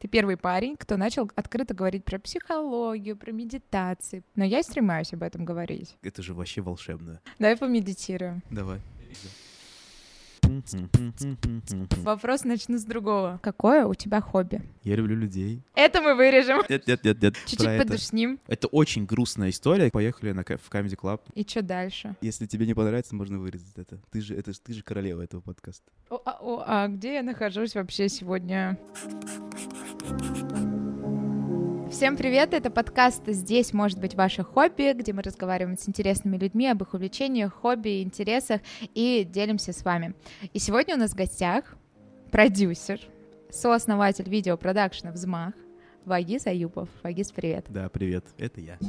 Ты первый парень, кто начал открыто говорить про психологию, про медитации. Но я стремаюсь об этом говорить. Это же вообще волшебно. Давай помедитируем. Давай. Вопрос начну с другого. Какое у тебя хобби? Я люблю людей. Это мы вырежем. Нет. Чуть-чуть про это. подушним. Это очень грустная история. Поехали в Comedy Club. И что дальше? Если тебе не понравится, можно вырезать это. Ты же королева этого подкаста. А где я нахожусь вообще сегодня? Всем привет, это подкаст «Здесь может быть ваше хобби», где мы разговариваем с интересными людьми об их увлечениях, хобби, интересах и делимся с вами. И сегодня у нас в гостях продюсер, сооснователь видеопродакшена «Взмах» Вагиз Аюпов. Вагиз, привет. Да, привет, это я.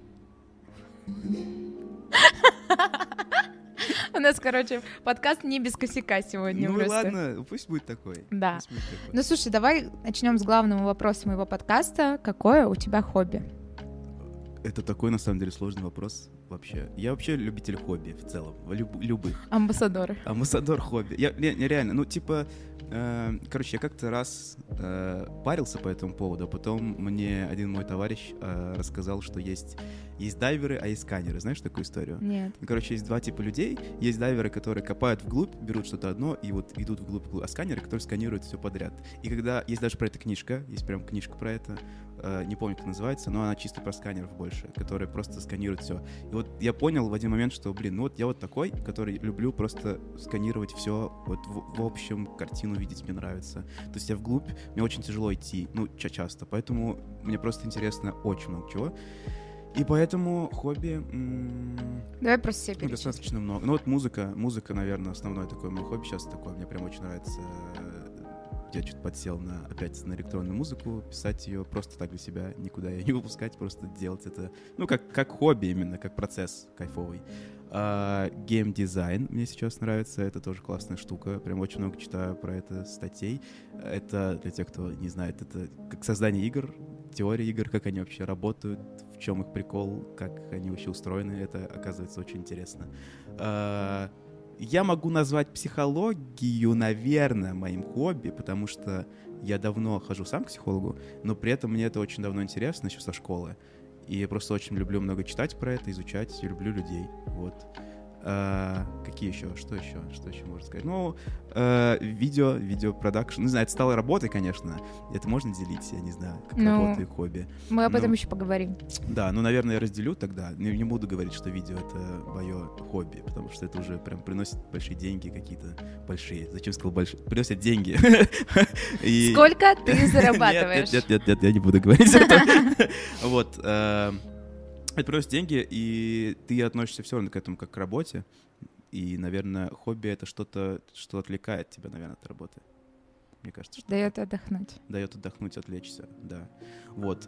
У нас, подкаст не без косяка сегодня. Ну просто. Ладно, пусть будет такой. Да. Пусть будет такой. Ну слушай, давай начнем с главного вопроса моего подкаста. Какое у тебя хобби? Это такой, на самом деле, сложный вопрос вообще. Я вообще любитель хобби в целом, любых. Амбассадор. Амбассадор хобби. Я реально, я как-то раз парился по этому поводу, а потом мне один мой товарищ рассказал, что есть дайверы, а есть сканеры. Знаешь такую историю? Нет. Есть два типа людей. Есть дайверы, которые копают вглубь, берут что-то одно и вот идут вглубь, а сканеры, которые сканируют все подряд. И когда есть даже про это книжка, есть прям книжка про это, не помню, как называется, но она чисто про сканеров больше, которые просто сканируют все. И вот я понял в один момент, что, я вот такой, который люблю просто сканировать все, вот в общем картину видеть мне нравится. То есть я вглубь, мне очень тяжело идти, часто, поэтому мне просто интересно очень много чего. И поэтому хобби... Давай просто себе перечислим. Достаточно много. Ну вот музыка, наверное, основное такое мое хобби сейчас такое. Мне прям очень нравится. Я чуть подсел опять на электронную музыку, писать ее просто так для себя, никуда ее не выпускать, просто делать это, как хобби именно, как процесс кайфовый. Геймдизайн мне сейчас нравится, это тоже классная штука, прям очень много читаю про это статей. Это, для тех, кто не знает, это как создание игр, теория игр, как они вообще работают, в чем их прикол, как они вообще устроены, это, оказывается, очень интересно. Я могу назвать психологию, наверное, моим хобби, потому что я давно хожу сам к психологу, но при этом мне это очень давно интересно, еще со школы. И я просто очень люблю много читать про это, изучать, и люблю людей. Вот. Какие еще? Что еще можно сказать? Видеопродакшн. Не знаю, это стало работой, конечно. Это можно делить, я не знаю, как работа и хобби. Мы об этом еще поговорим. Да, наверное, я разделю тогда. Не буду говорить, что видео — это мое хобби, потому что это уже прям приносит большие деньги какие-то. Большие. Зачем сказал большие? Приносят деньги. Сколько ты зарабатываешь? Нет, я не буду говорить это. Вот. Это приносит деньги, и ты относишься все равно к этому как к работе. И, наверное, хобби — это что-то, что отвлекает тебя, наверное, от работы. Мне кажется, что... Дает отдохнуть. Дает отдохнуть, отвлечься, да. Вот.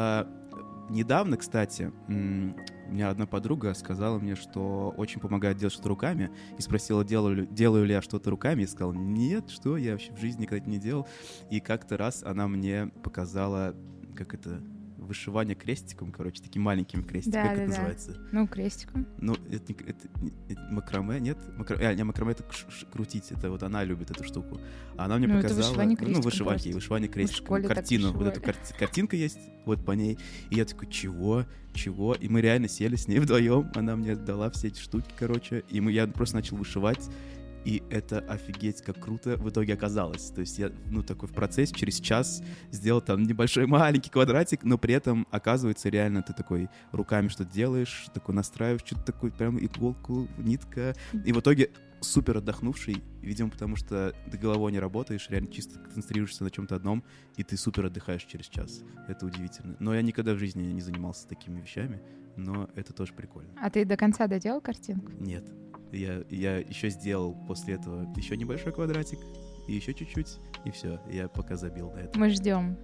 Недавно, кстати, у меня одна подруга сказала мне, что очень помогает делать что-то руками, и спросила, делаю ли я что-то руками, и сказал, нет, что, я вообще в жизни никогда не делал. И как-то раз она мне показала, как это... вышивание крестиком, такими маленькими крестиками, как это называется? Крестиком. Это макраме, нет? Макраме — это крутить, это вот она любит эту штуку. А она мне показала... это вышивание крестиком. Вышивание крестиком. Картину, вот эта картинка есть, вот по ней. И я такой, чего? И мы реально сели с ней вдвоем, она мне дала все эти штуки, и я просто начал вышивать. И это офигеть как круто в итоге оказалось. То есть я, такой в процессе, через час сделал там небольшой маленький квадратик, но при этом, оказывается, реально ты такой руками что-то делаешь, такой настраиваешь, что-то такое, прям иголку, нитка. И в итоге супер отдохнувший, видимо, потому что ты головой не работаешь, реально чисто концентрируешься на чем-то одном, и ты супер отдыхаешь через час. Это удивительно. Но я никогда в жизни не занимался такими вещами, но это тоже прикольно. А ты до конца доделал картинку? Нет. Я еще сделал после этого еще небольшой квадратик, и еще чуть-чуть, и все. Я пока забил на это. Мы ждем.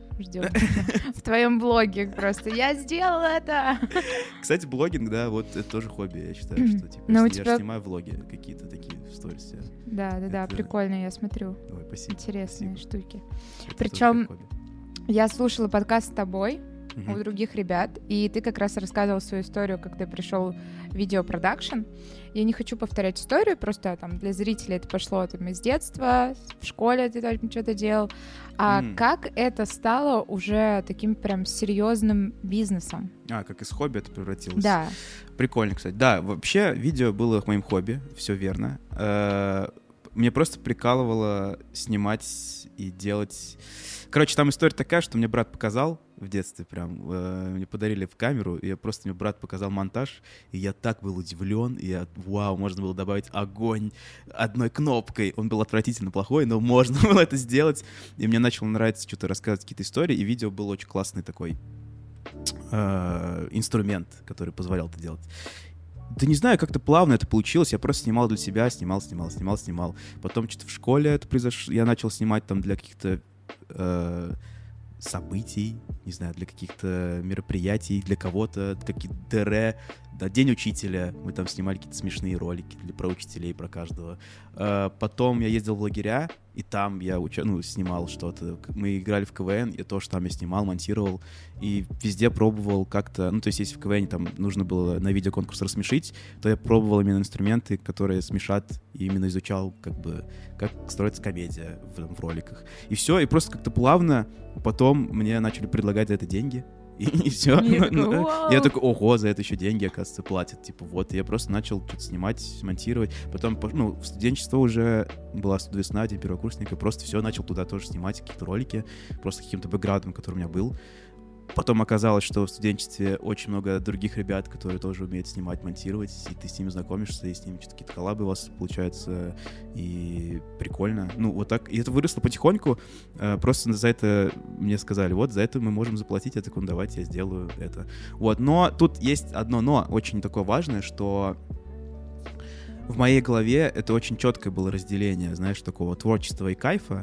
В твоем блоге просто. Я сделал это! Кстати, блогинг, да, вот это тоже хобби, я считаю, что я же снимаю влоги какие-то такие в сторис. Да, прикольно, я смотрю. Ой, спасибо. Интересные штуки. Причем я слушала подкаст с тобой, у других ребят, и ты как раз рассказывал свою историю, как ты пришел в видеопродакшн. Я не хочу повторять историю, просто там для зрителей это пошло там из детства, в школе ты там что-то делал. А как это стало уже таким прям серьезным бизнесом? Как из хобби это превратилось? Да. Прикольно, кстати. Да, вообще видео было моим хобби, все верно. Мне просто прикалывало снимать и делать... Короче, там история такая, что мне брат показал в детстве прям, мне подарили в камеру, и мне брат показал монтаж, и я так был удивлен, и вау, можно было добавить огонь одной кнопкой. Он был отвратительно плохой, но можно было это сделать, и мне начало нравиться что-то рассказывать, какие-то истории, и видео был очень классный такой инструмент, который позволял это делать. Да не знаю, как-то плавно это получилось. Я просто снимал для себя, снимал. Потом что-то в школе это произошло. Я начал снимать там для каких-то событий, не знаю, для каких-то мероприятий, для кого-то, для каких-то ДР, да, День учителя. Мы там снимали какие-то смешные ролики про учителей, про каждого. Потом я ездил в лагеря, и там я снимал что-то. Мы играли в КВН, и то, что там я снимал, монтировал, и везде пробовал как-то... Ну, то есть, если в КВН там нужно было на видеоконкурс рассмешить, то я пробовал именно инструменты, которые смешат, и именно изучал, как строится комедия в роликах. И все, и просто как-то плавно потом мне начали предлагать за это деньги. И все. Я такой, ого, за это еще деньги, оказывается, платят. Типа, вот, я просто начал что-то снимать, монтировать. Потом, в студенчество уже была студвесна, день первокурсника, просто все, начал туда тоже снимать какие-то ролики, просто каким-то бэкграундом, который у меня был. Потом оказалось, что в студенчестве очень много других ребят, которые тоже умеют снимать, монтировать, и ты с ними знакомишься, и с ними что-то какие-то коллабы у вас получаются, и прикольно. Ну, вот так. И это выросло потихоньку. Просто за это мне сказали, вот, за это мы можем заплатить. Я такой, давайте я сделаю это. Вот. Но тут есть одно но, очень такое важное, что в моей голове это очень четкое было разделение, знаешь, такого творчества и кайфа,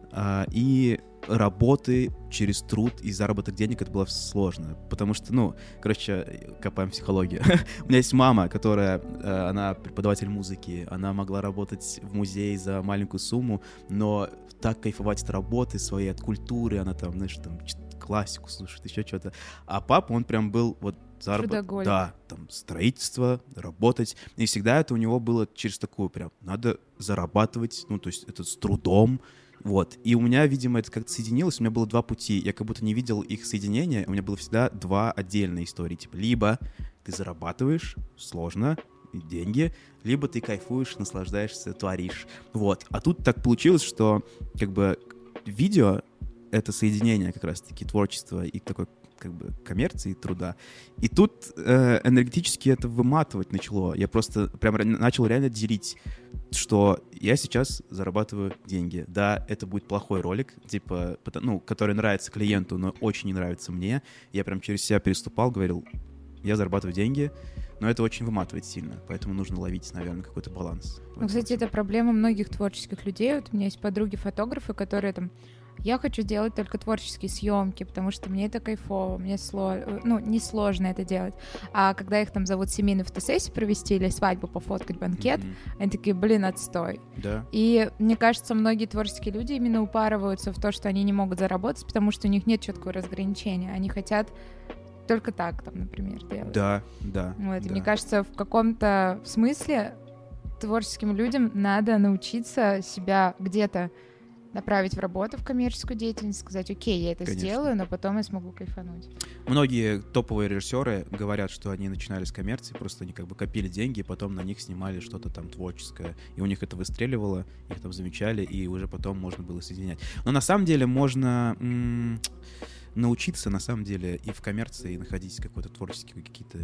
и работы через труд и заработок денег. Это было сложно, потому что, копаем психологию. У меня есть мама, которая, она преподаватель музыки, она могла работать в музее за маленькую сумму, но так кайфовать от работы своей, от культуры, она там, знаешь, там классику слушает, еще что-то. А папа, он прям был вот заработок, да, там строительство, работать, и всегда это у него было через такую прям, надо зарабатывать, то есть это с трудом. Вот. И у меня, видимо, это как-то соединилось. У меня было два пути. Я как будто не видел их соединения. У меня было всегда два отдельные истории. Типа, либо ты зарабатываешь сложно деньги, либо ты кайфуешь, наслаждаешься, творишь. Вот. А тут так получилось, что как бы видео — это соединение как раз-таки творчества и такой как бы коммерции, труда. И тут энергетически это выматывать начало. Я просто прям начал реально делить, что я сейчас зарабатываю деньги. Да, это будет плохой ролик, типа, который нравится клиенту, но очень не нравится мне. Я прям через себя переступал, говорил, я зарабатываю деньги, но это очень выматывает сильно, поэтому нужно ловить, наверное, какой-то баланс. Кстати, это проблема многих творческих людей. Вот у меня есть подруги-фотографы, которые там: я хочу делать только творческие съемки, потому что мне это кайфово, мне не сложно это делать. А когда их там зовут семейную фотосессию провести или свадьбу пофоткать, банкет, они такие, отстой. Да. И мне кажется, многие творческие люди именно упарываются в то, что они не могут заработать, потому что у них нет четкого разграничения. Они хотят только так, там, например, делать. Да. Вот, да. И мне кажется, в каком-то смысле творческим людям надо научиться себя где-то направить в работу, в коммерческую деятельность, сказать, окей, я это сделаю, но потом я смогу кайфануть. Многие топовые режиссеры говорят, что они начинали с коммерции, просто они как бы копили деньги, и потом на них снимали что-то там творческое, и у них это выстреливало, их там замечали, и уже потом можно было соединять. Но на самом деле можно научиться, на самом деле, и в коммерции находить какой-то творческий потенциал.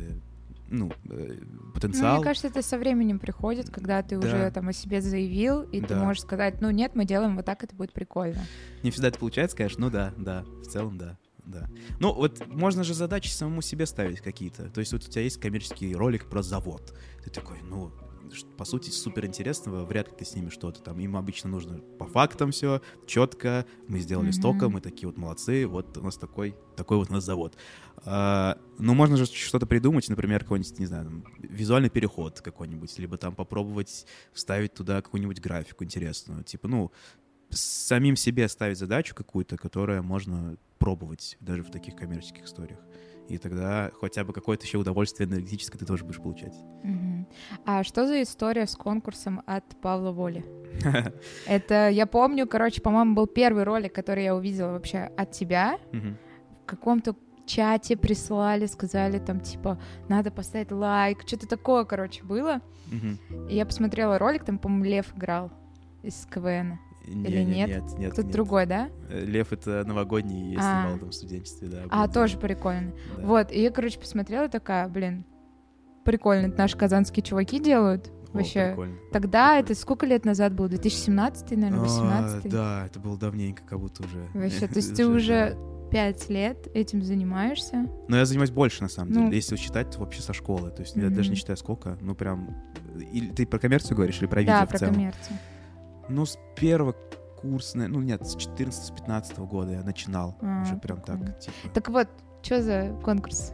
Мне кажется, это со временем приходит, когда ты уже там о себе заявил, и ты можешь сказать, нет, мы делаем вот так, это будет прикольно. Не всегда это получается, конечно, да, в целом, да. Ну, вот можно же задачи самому себе ставить какие-то. То есть вот у тебя есть коммерческий ролик про завод. Ты такой, по сути, супер интересного, вряд ли ты снимешь что-то там. Им обычно нужно по фактам все, четко. Мы сделали столько, мы такие вот молодцы, вот у нас такой вот у нас завод. Но можно же что-то придумать, например, какой-нибудь, не знаю, там, визуальный переход какой-нибудь, либо там попробовать вставить туда какую-нибудь графику интересную. Типа, самим себе ставить задачу какую-то, которая можно пробовать даже в таких коммерческих историях. И тогда хотя бы какое-то еще удовольствие энергетическое ты тоже будешь получать. А что за история с конкурсом от Павла Воли? Это, я помню, по-моему, был первый ролик, который я увидела вообще от тебя. В каком-то чате прислали, сказали там, типа, надо поставить лайк. Что-то такое, было. И я посмотрела ролик, там, по-моему, Лев играл из КВН. Или нет? Нет. Тут другой, да? Лев — это новогодний, я снимал там в студенчестве, да. Тоже прикольно. Да. Вот, и я, посмотрела, такая, прикольно, это наши казанские чуваки делают. Вообще. Прикольно. Тогда это сколько лет назад было? 2017, наверное, 18? Да, это было давненько, как будто уже. Вообще, то есть ты уже 5 лет этим занимаешься? Но я занимаюсь больше, на самом деле. Если считать, то вообще со школы. То есть я даже не считаю, сколько. Прям... Или ты про коммерцию говоришь или про видео в целом? Да, про коммерцию. С первого курса, с 14-15 года я начинал. Уже прям прикольно. Так, типа... Так вот, что за конкурс?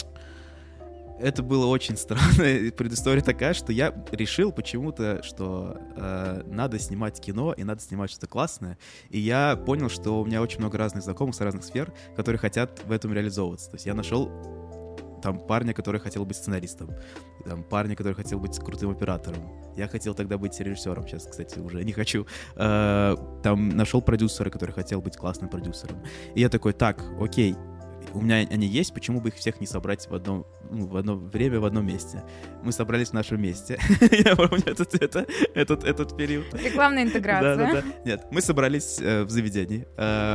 Это было очень странно. Предыстория такая, что я решил почему-то, что надо снимать кино и надо снимать что-то классное. И я понял, что у меня очень много разных знакомых с разных сфер, которые хотят в этом реализовываться. То есть я нашел там парня, который хотел быть сценаристом, там парня, который хотел быть крутым оператором. Я хотел тогда быть режиссером, сейчас, кстати, уже не хочу. Там нашел продюсера, который хотел быть классным продюсером. И я такой, так, окей, у меня они есть, почему бы их всех не собрать в одно время, в одном месте? Мы собрались в нашем месте. Я помню этот период. Рекламная интеграция. Да. Нет, мы собрались в заведении.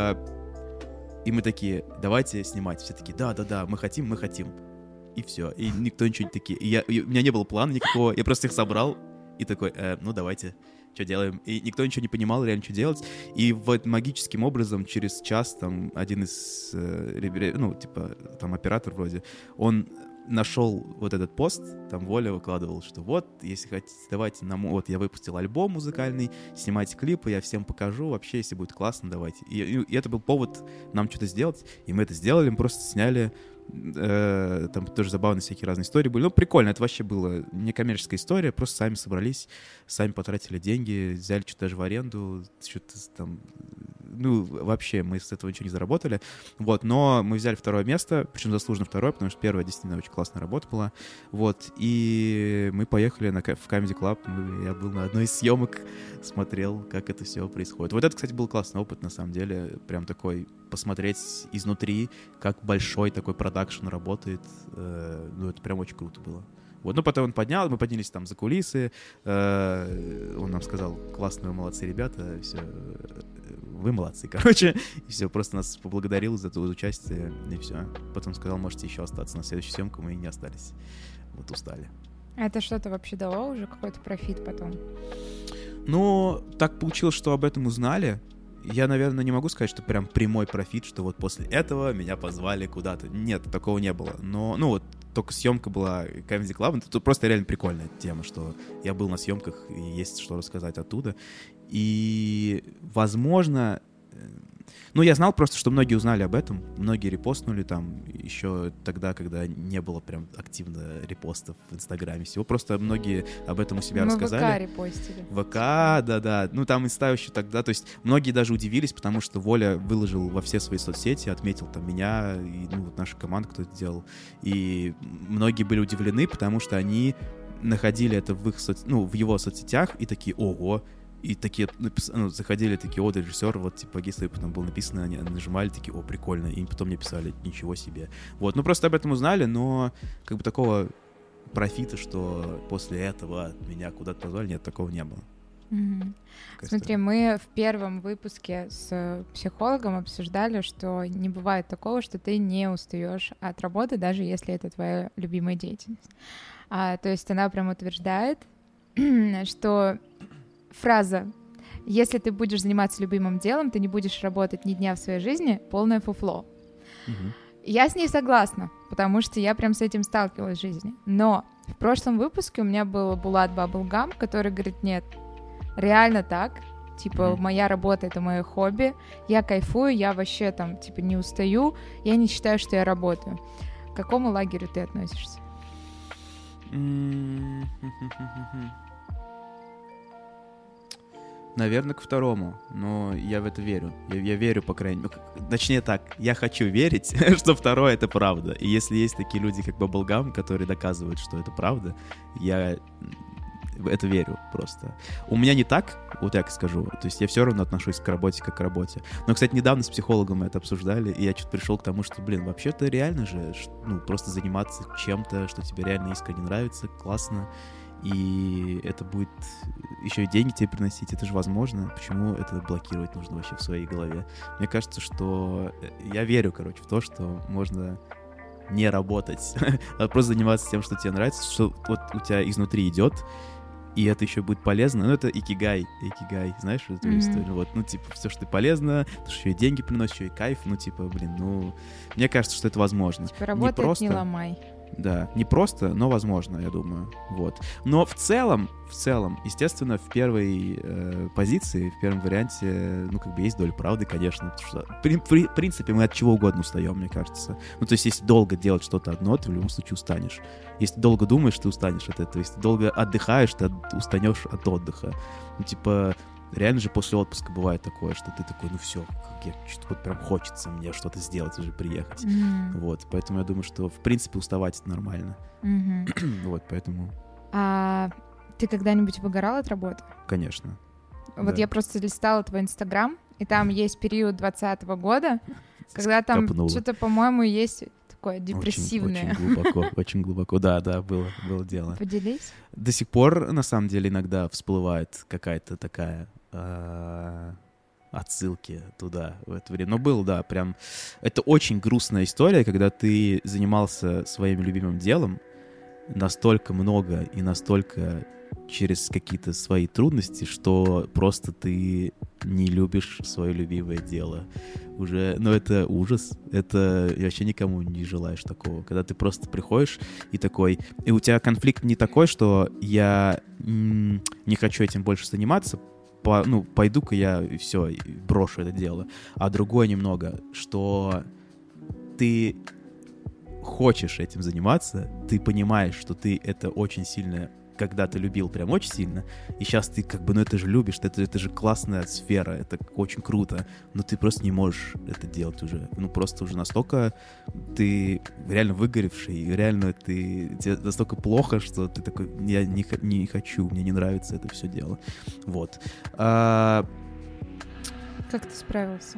И мы такие, давайте снимать. Все такие, да, мы хотим. И все. И никто ничего не такие. У меня не было плана никакого. Я просто их собрал и такой, давайте. Что делаем? И никто ничего не понимал, реально, что делать. И вот магическим образом через час там один из там оператор вроде, он нашел вот этот пост, там Воля выкладывал, что вот, если хотите, давайте нам... Вот я выпустил альбом музыкальный, снимайте клипы, я всем покажу, вообще, если будет классно, давайте. И это был повод нам что-то сделать, и мы это сделали, мы просто сняли... Там тоже забавные всякие разные истории были. Прикольно, это вообще была некоммерческая история, просто сами собрались, сами потратили деньги, взяли что-то даже в аренду, что-то там... вообще мы с этого ничего не заработали. Вот, но мы взяли второе место, причем заслуженно второе, потому что первое действительно очень классная работа была. Вот, и мы поехали в Comedy Club, я был на одной из съемок, смотрел, как это все происходит. Вот это, кстати, был классный опыт, на самом деле, прям такой, посмотреть изнутри, как большой такой продакшн работает, это прям очень круто было. Вот, потом он мы поднялись там за кулисы, он нам сказал, классно, вы молодцы, ребята, все, вы молодцы, и все, просто нас поблагодарил за участие, и все. Потом сказал, можете еще остаться на следующую съемку, мы и не остались, вот устали. А это что-то вообще дало уже, какой-то профит потом? Так получилось, что об этом узнали. Я, наверное, не могу сказать, что прям прямой профит, что вот после этого меня позвали куда-то. Нет, такого не было. Но, только съемка была Comedy Club. Тут просто реально прикольная тема, что я был на съемках, и есть что рассказать оттуда. И, возможно... я знал просто, что многие узнали об этом, многие репостнули там еще тогда, когда не было прям активно репостов в Инстаграме всего. Просто многие об этом у себя рассказали. Мы ВК репостили. ВК, да. Там Инста еще тогда. То есть многие даже удивились, потому что Воля выложил во все свои соцсети, отметил там меня и нашу команду, кто это делал. И многие были удивлены, потому что они находили это в его соцсетях и такие, ого. И такие, заходили такие, режиссер, вот, если бы там было написано, они нажимали, такие, прикольно, и потом мне писали, ничего себе. Вот, просто об этом узнали, но такого профита, что после этого меня куда-то позвали, нет, такого не было. Mm-hmm. Смотри, мы в первом выпуске с психологом обсуждали, что не бывает такого, что ты не устаешь от работы, даже если это твоя любимая деятельность. То есть она прям утверждает, что фраза «если ты будешь заниматься любимым делом, ты не будешь работать ни дня в своей жизни» — полное фуфло. Я с ней согласна, потому что я прям с этим сталкивалась в жизни. Но в прошлом выпуске у меня был Булат Баблгам, который говорит: нет, реально так, моя работа — это мое хобби, я кайфую, я вообще там, не устаю, я не считаю, что я работаю. К какому лагерю ты относишься? Наверное, к второму, но я в это верю. Я верю, по крайней мере. Точнее так, я хочу верить, что второе — это правда. И если есть такие люди, как Bubblegum, которые доказывают, что это правда, я в это верю просто. У меня не так, вот так скажу. То есть я все равно отношусь к работе как к работе. Но, кстати, недавно с психологом мы это обсуждали, и я что-то пришел к тому, что, вообще-то реально же, просто заниматься чем-то, что тебе реально искренне нравится, классно. И это будет еще и деньги тебе приносить, это же возможно. Почему это блокировать нужно вообще в своей голове? Мне кажется, что я верю, в то, что можно не работать, а просто заниматься тем, что тебе нравится, что вот у тебя изнутри идет, и это еще будет полезно. Ну, это икигай, знаешь эту историю? Вот, все, что полезно, то, что еще и деньги приносит, еще и кайф, мне кажется, что это возможно. Работает, не просто... не ломай. Да, не просто, но возможно, я думаю. Вот. Но в целом, естественно, в первой позиции, в первом варианте, есть доля правды, конечно. Потому что, в принципе, мы от чего угодно устаем, мне кажется. То есть, если долго делать что-то одно, ты в любом случае устанешь. Если долго думаешь, ты устанешь от этого. Если долго отдыхаешь, ты устанешь от отдыха. Реально же после отпуска бывает такое, что ты такой, все, что-то прям хочется мне что-то сделать, уже приехать. Вот, поэтому я думаю, что, в принципе, уставать — это нормально. Вот, поэтому... А ты когда-нибудь выгорал от работы? Конечно. Вот я просто листала твой Инстаграм, и там есть период 2020 года, когда там что-то, по-моему, есть... такое депрессивное. Очень глубоко. Да, было дело. Поделись. До сих пор, на самом деле, иногда всплывает какая-то такая отсылки туда в это время. Но было, да, прям... Это очень грустная история, когда ты занимался своим любимым делом настолько много и настолько через какие-то свои трудности, что просто ты не любишь свое любимое дело. Уже, это ужас. Это вообще никому не желаешь такого. Когда ты просто приходишь и такой... И у тебя конфликт не такой, что я не хочу этим больше заниматься, пойду-ка я и все, брошу это дело. А другое немного, что ты хочешь этим заниматься, ты понимаешь, что ты это очень сильно когда-то любил прям очень сильно, и сейчас ты это же любишь, это же классная сфера, это очень круто, но ты просто не можешь это делать уже. Просто уже настолько ты реально выгоревший, реально тебе настолько плохо, что ты такой, я не хочу, мне не нравится это все дело. Вот. Как ты справился?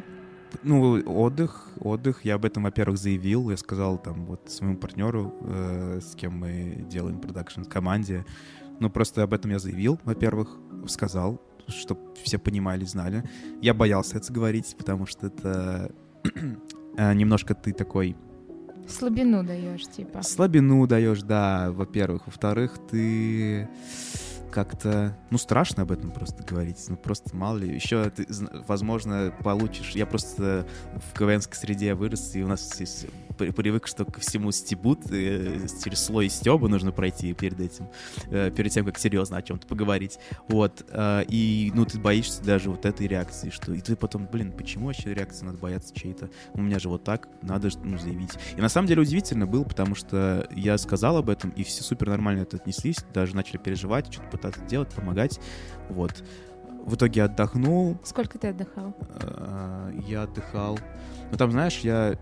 Отдых. Я об этом, во-первых, заявил. Я сказал своему партнеру, с кем мы делаем продакшн, команде. Просто об этом я заявил, во-первых, сказал, чтобы все понимали, знали. Я боялся это говорить, потому что это немножко ты такой... Слабину даешь, типа. Слабину даешь, да, во-первых. Во-вторых, ты... как-то, страшно об этом просто говорить. Просто мало ли. Еще ты, возможно, получишь... Я просто в КВНской среде вырос, и у нас здесь привык, что ко всему стебут, через слой стеба нужно пройти перед этим, перед тем, как серьезно о чем-то поговорить. Вот. И, ты боишься даже вот этой реакции, что... И ты потом, почему вообще реакции надо бояться чьей-то? У меня же вот так, надо заявить. И на самом деле удивительно было, потому что я сказал об этом, и все супер нормально это отнеслись, даже начали переживать, что-то пытаться делать, помогать. Вот. В итоге я отдохнул. Сколько ты отдыхал? Я отдыхал. Там, знаешь, я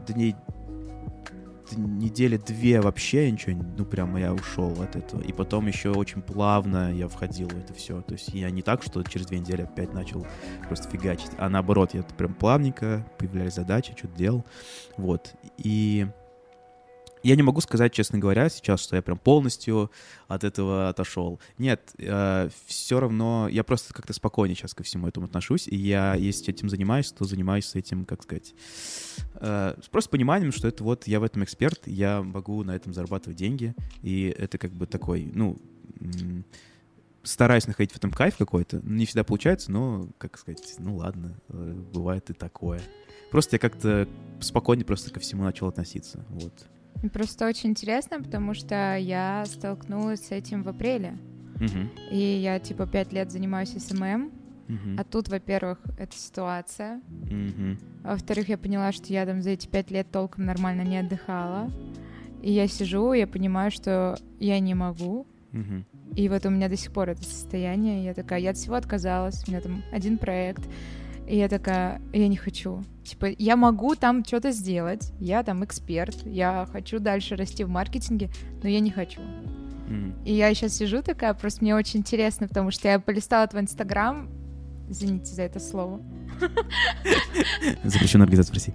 недели 2 вообще ничего, прямо я ушел от этого. И потом еще очень плавно я входил в это все. То есть я не так, что через 2 недели опять начал просто фигачить, а наоборот, я прям плавненько, появлялись задачи, что-то делал. Вот. И я не могу сказать, честно говоря, сейчас, что я прям полностью от этого отошел. Нет, все равно я просто как-то спокойнее сейчас ко всему этому отношусь, и я, если этим занимаюсь, то занимаюсь этим, как сказать, с просто пониманием, что это я в этом эксперт, я могу на этом зарабатывать деньги, и это такой, стараюсь находить в этом кайф какой-то. Не всегда получается, но, как сказать, ладно, бывает и такое. Просто я как-то спокойнее просто ко всему начал относиться, вот. Просто очень интересно, потому что я столкнулась с этим в апреле. И я, 5 лет занимаюсь СММ. А тут, во-первых, это ситуация. А во-вторых, я поняла, что я за эти 5 лет толком нормально не отдыхала. И я сижу, я понимаю, что я не могу. И И вот у меня до сих пор это состояние. Я такая, я от всего отказалась. У меня там один проект. И я такая, я не хочу. Типа, я могу там что-то сделать. Я там эксперт. Я хочу дальше расти в маркетинге, но я не хочу. И я сейчас сижу такая, просто мне очень интересно, потому что я полистала твой Инстаграм. Извините за это слово. Запрещено организация в России.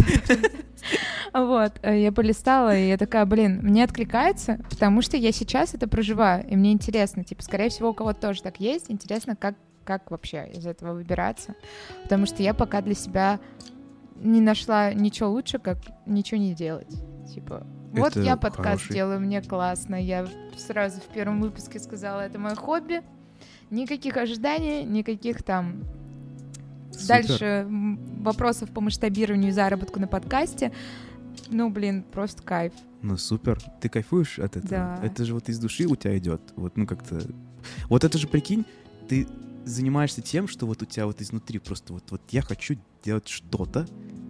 Вот, я полистала, и я такая, блин, мне откликается, потому что я сейчас это проживаю, и мне интересно, типа, скорее всего, у кого-то тоже так есть, интересно, как вообще из этого выбираться, потому что я пока для себя не нашла ничего лучше, как ничего не делать, типа... Вот это я подкаст делаю, мне классно. Я сразу в первом выпуске сказала, это мое хобби. Никаких ожиданий, никаких там... Супер. Дальше вопросов по масштабированию и заработку на подкасте. Ну, блин, просто кайф. Ну, супер. Ты кайфуешь от этого? Да. Это же вот из души у тебя идет. Вот, ну, как-то... Вот это же, прикинь, ты занимаешься тем, что вот у тебя вот изнутри просто вот я хочу делать что-то,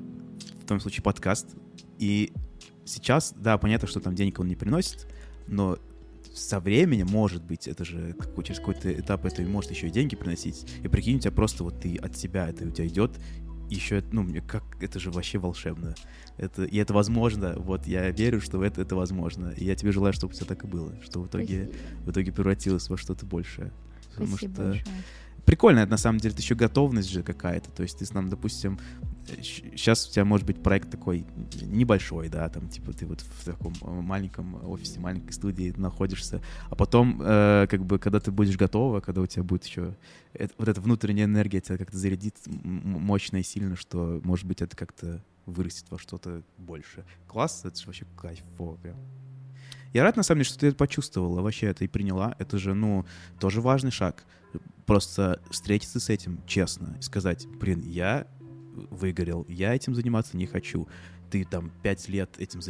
в том случае подкаст, и сейчас, да, понятно, что там денег он не приносит, но со временем, может быть, это же через какой-то этап это может еще и деньги приносить. И прикинь, у тебя просто вот ты от себя это у тебя идет, еще, ну, как это же вообще волшебно. И это возможно, вот я верю, что это возможно. И я тебе желаю, чтобы у тебя так и было, что в итоге превратилось во что-то большее. Потому Спасибо что большое. Прикольно, это на самом деле, это еще готовность же какая-то, то есть ты нам, допустим, сейчас у тебя может быть проект такой небольшой, да, там, типа, ты вот в таком маленьком офисе, маленькой студии находишься, а потом, как бы, когда ты будешь готова, когда у тебя будет еще вот эта внутренняя энергия тебя как-то зарядит мощно и сильно, что, может быть, это как-то вырастет во что-то больше. Класс, это же вообще кайфово прям. Я рад, на самом деле, что ты это почувствовала, вообще это и приняла. Это же, ну, тоже важный шаг. Просто встретиться с этим честно и сказать, блин, я выгорел, я этим заниматься не хочу. Ты там 5 лет этим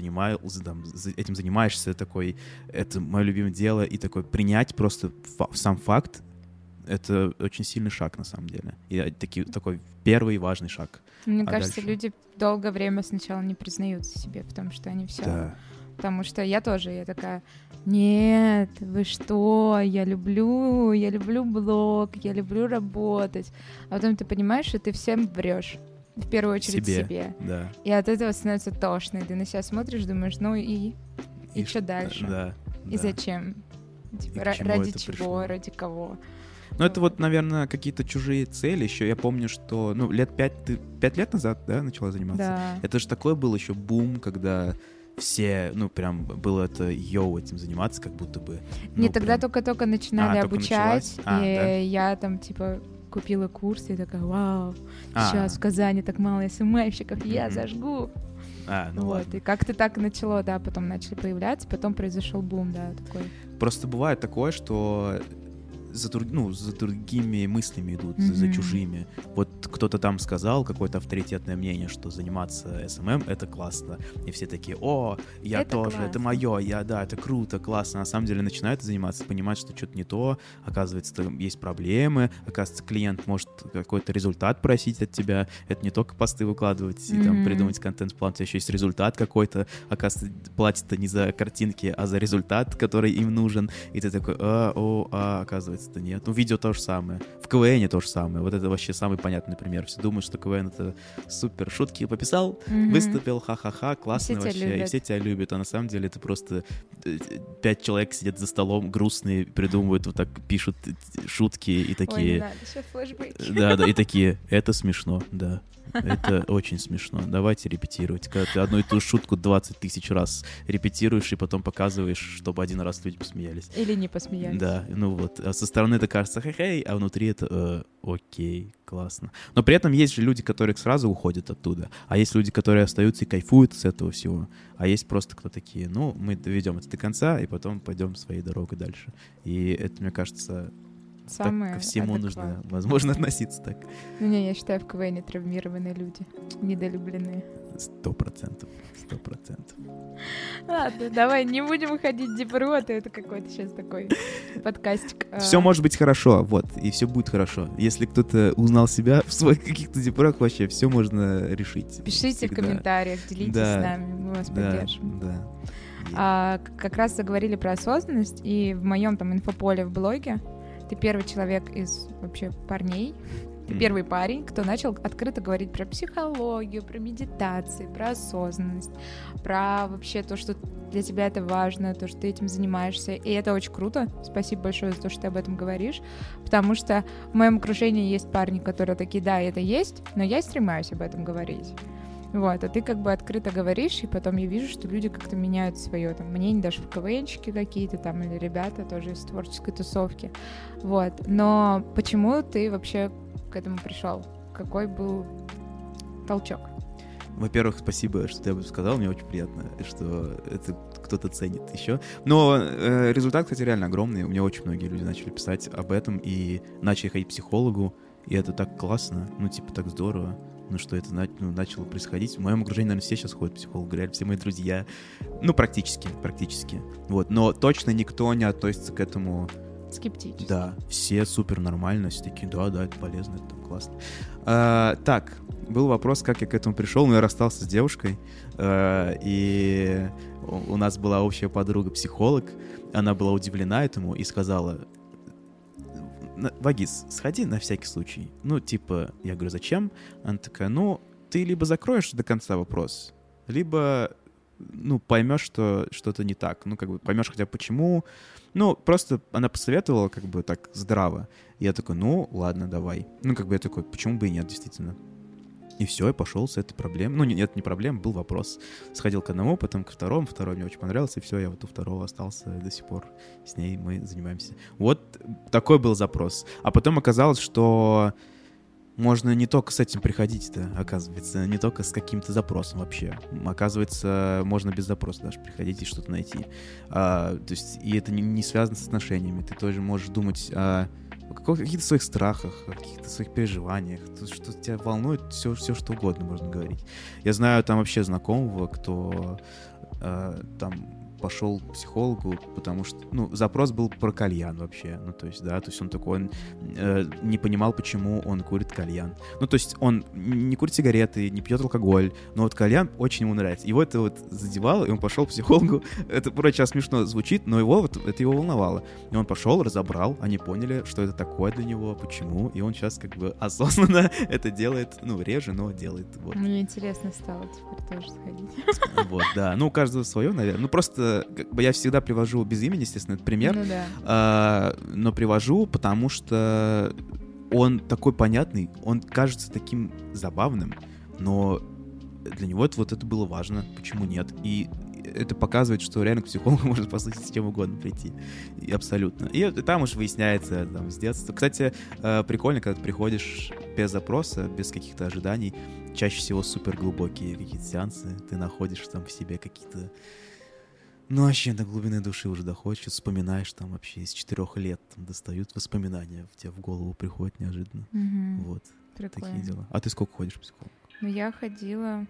занимаешься, такой, это мое любимое дело, и такой принять просто сам факт, это очень сильный шаг, на самом деле. И такой первый важный шаг. Мне кажется, дальше... люди долгое время сначала не признаются себе в том, что они все... Да. Потому что я такая, нет, вы что, я люблю блог, я люблю работать. А потом ты понимаешь, что ты всем врешь. В первую очередь себе. Да. И от этого становится тошно. И ты на себя смотришь, думаешь, ну и что дальше? Да. И зачем? Типа, ради чего, пришло? Ради кого? Ну, это вот, наверное, какие-то чужие цели еще. Я помню, что, ну, ты 5 лет назад, да, начала заниматься? Да. Это же такой был еще бум, когда... Все, ну, прям было это этим заниматься, как будто бы... Не, тогда только начинали обучать, и да? Я там, типа, купила курс, и такая, вау, сейчас в Казани так мало СММщиков, я зажгу. Ну вот, ладно. И как-то так начало, да, потом начали появляться, потом произошел бум, да, такой. Просто бывает такое, что за другими мыслями идут, за чужими. Вот кто-то там сказал, какое-то авторитетное мнение, что заниматься СММ — это классно. И все такие, о, я это тоже, классно. это мое, это круто, классно. На самом деле начинают заниматься, понимать, что что-то не то, оказывается, там есть проблемы, оказывается, клиент может какой-то результат просить от тебя. Это не только посты выкладывать и там придумать контент-план, у тебя еще есть результат какой-то. Оказывается, платят-то не за картинки, а за результат, который им нужен. И ты такой, оказывается, это нет. Ну, видео то же самое. В КВНе то же самое. Вот это вообще самый понятный пример. Все думают, что КВН — это супер. Шутки пописал, выступил, ха-ха-ха, классно вообще. И все тебя любят. А на самом деле это просто 5 человек сидят за столом, грустные, придумывают, вот так пишут шутки и такие... Ой, не надо, сейчас флешбеки. Да, и такие, это смешно, да. Это очень смешно. Давайте репетировать. Когда ты одну и ту же шутку 20 тысяч раз репетируешь и потом показываешь, чтобы один раз люди посмеялись. Или не посмеялись. Да, ну вот. А со стороны это кажется хе-хей, а внутри это окей, классно. Но при этом есть же люди, которые сразу уходят оттуда, а есть люди, которые остаются и кайфуют с этого всего, а есть просто кто такие, ну, мы доведем это до конца и потом пойдем своей дорогой дальше. И это, мне кажется... Так ко всему нужно, возможно, относиться так. Ну не, я считаю, в КВН травмированные люди, недолюбленные. 100%. Ладно, давай не будем уходить дипрот, это какой-то сейчас такой подкастик. Все может быть хорошо, вот, и все будет хорошо. Если кто-то узнал себя в своих каких-то дипрах, вообще все можно решить. Пишите в комментариях, делитесь с нами, мы вас поддержим. Да. Как раз заговорили про осознанность, и в моем там инфополе в блоге ты первый человек из вообще парней, ты первый парень, кто начал открыто говорить про психологию, про медитации, про осознанность, про вообще то, что для тебя это важно, то, что ты этим занимаешься. И это очень круто. Спасибо большое за то, что ты об этом говоришь. Потому что в моем окружении есть парни, которые такие: да, это есть, но я стремаюсь об этом говорить. Вот, а ты как бы открыто говоришь, и потом я вижу, что люди как-то меняют свое там мнение, даже в КВНчики какие-то там, или ребята тоже из творческой тусовки. Вот, но почему ты вообще к этому пришел? Какой был толчок? Во-первых, спасибо, что ты об этом сказал, мне очень приятно, что это кто-то ценит еще. Но результат, кстати, реально огромный. У меня очень многие люди начали писать об этом и начали ходить к психологу, и это так классно, ну, типа, так здорово. Ну, что это начало происходить. В моем окружении, наверное, все сейчас ходят к психологу, реально, все мои друзья. Ну, практически. Вот, но точно никто не относится к этому... Скептически. Да, все супер нормально, все такие: да, это полезно, это классно. Так, был вопрос, как я к этому пришел. Ну, я расстался с девушкой, и у нас была общая подруга-психолог. Она была удивлена этому и сказала: Вагиз, сходи на всякий случай. Ну, типа, я говорю: зачем? Она такая: ну, ты либо закроешь до конца вопрос, либо, ну, поймешь, что что-то не так. Ну, как бы поймешь хотя бы почему. Ну, просто она посоветовала как бы так здраво. И я такой: ну, ладно, давай. Ну, как бы я такой: почему бы и нет, действительно. И все, я пошел с этой проблемой. Ну, нет, не проблема, был вопрос. Сходил к одному, потом ко второму. Второй мне очень понравился, и все, я вот у второго остался до сих пор. С ней мы занимаемся. Вот такой был запрос. А потом оказалось, что можно не только с этим приходить-то, оказывается, не только с каким-то запросом вообще. Оказывается, можно без запроса даже приходить и что-то найти. То есть, и это не связано с отношениями. Ты тоже можешь думать о каких-то своих страхах, о каких-то своих переживаниях, что тебя волнует, все, что угодно можно говорить. Я знаю там вообще знакомого, кто там пошел к психологу, потому что, ну, запрос был про кальян вообще, ну, то есть, да, то есть он такой, он не понимал, почему он курит кальян. Ну, то есть он не курит сигареты, не пьет алкоголь, но вот кальян очень ему нравится. Его это вот задевало, и он пошел к психологу. Это вроде сейчас смешно звучит, но его вот, это его волновало. И он пошел, разобрал, они поняли, что это такое для него, почему, и он сейчас как бы осознанно это делает, ну, реже, но делает. Вот. Мне интересно стало теперь тоже сходить. Вот, да. Ну, у каждого свое, наверное. Ну, просто как бы я всегда привожу без имени, естественно, этот пример. Ну, да. Но привожу, потому что он такой понятный, он кажется таким забавным, но для него вот это было важно, почему нет. И это показывает, что реально к психологу можно, по сути, с чем угодно прийти. И абсолютно. И там уж выясняется там, с детства. Кстати, прикольно, когда ты приходишь без запроса, без каких-то ожиданий, чаще всего супер глубокие какие-то сеансы, ты находишь там в себе какие-то... Ну, вообще, до глубины души уже доходишь, вспоминаешь там вообще из 4 лет, там достают воспоминания, в тебе в голову приходят неожиданно. Угу. Вот, прикольно. Такие дела. А ты сколько ходишь к психологу? Ну, я ходила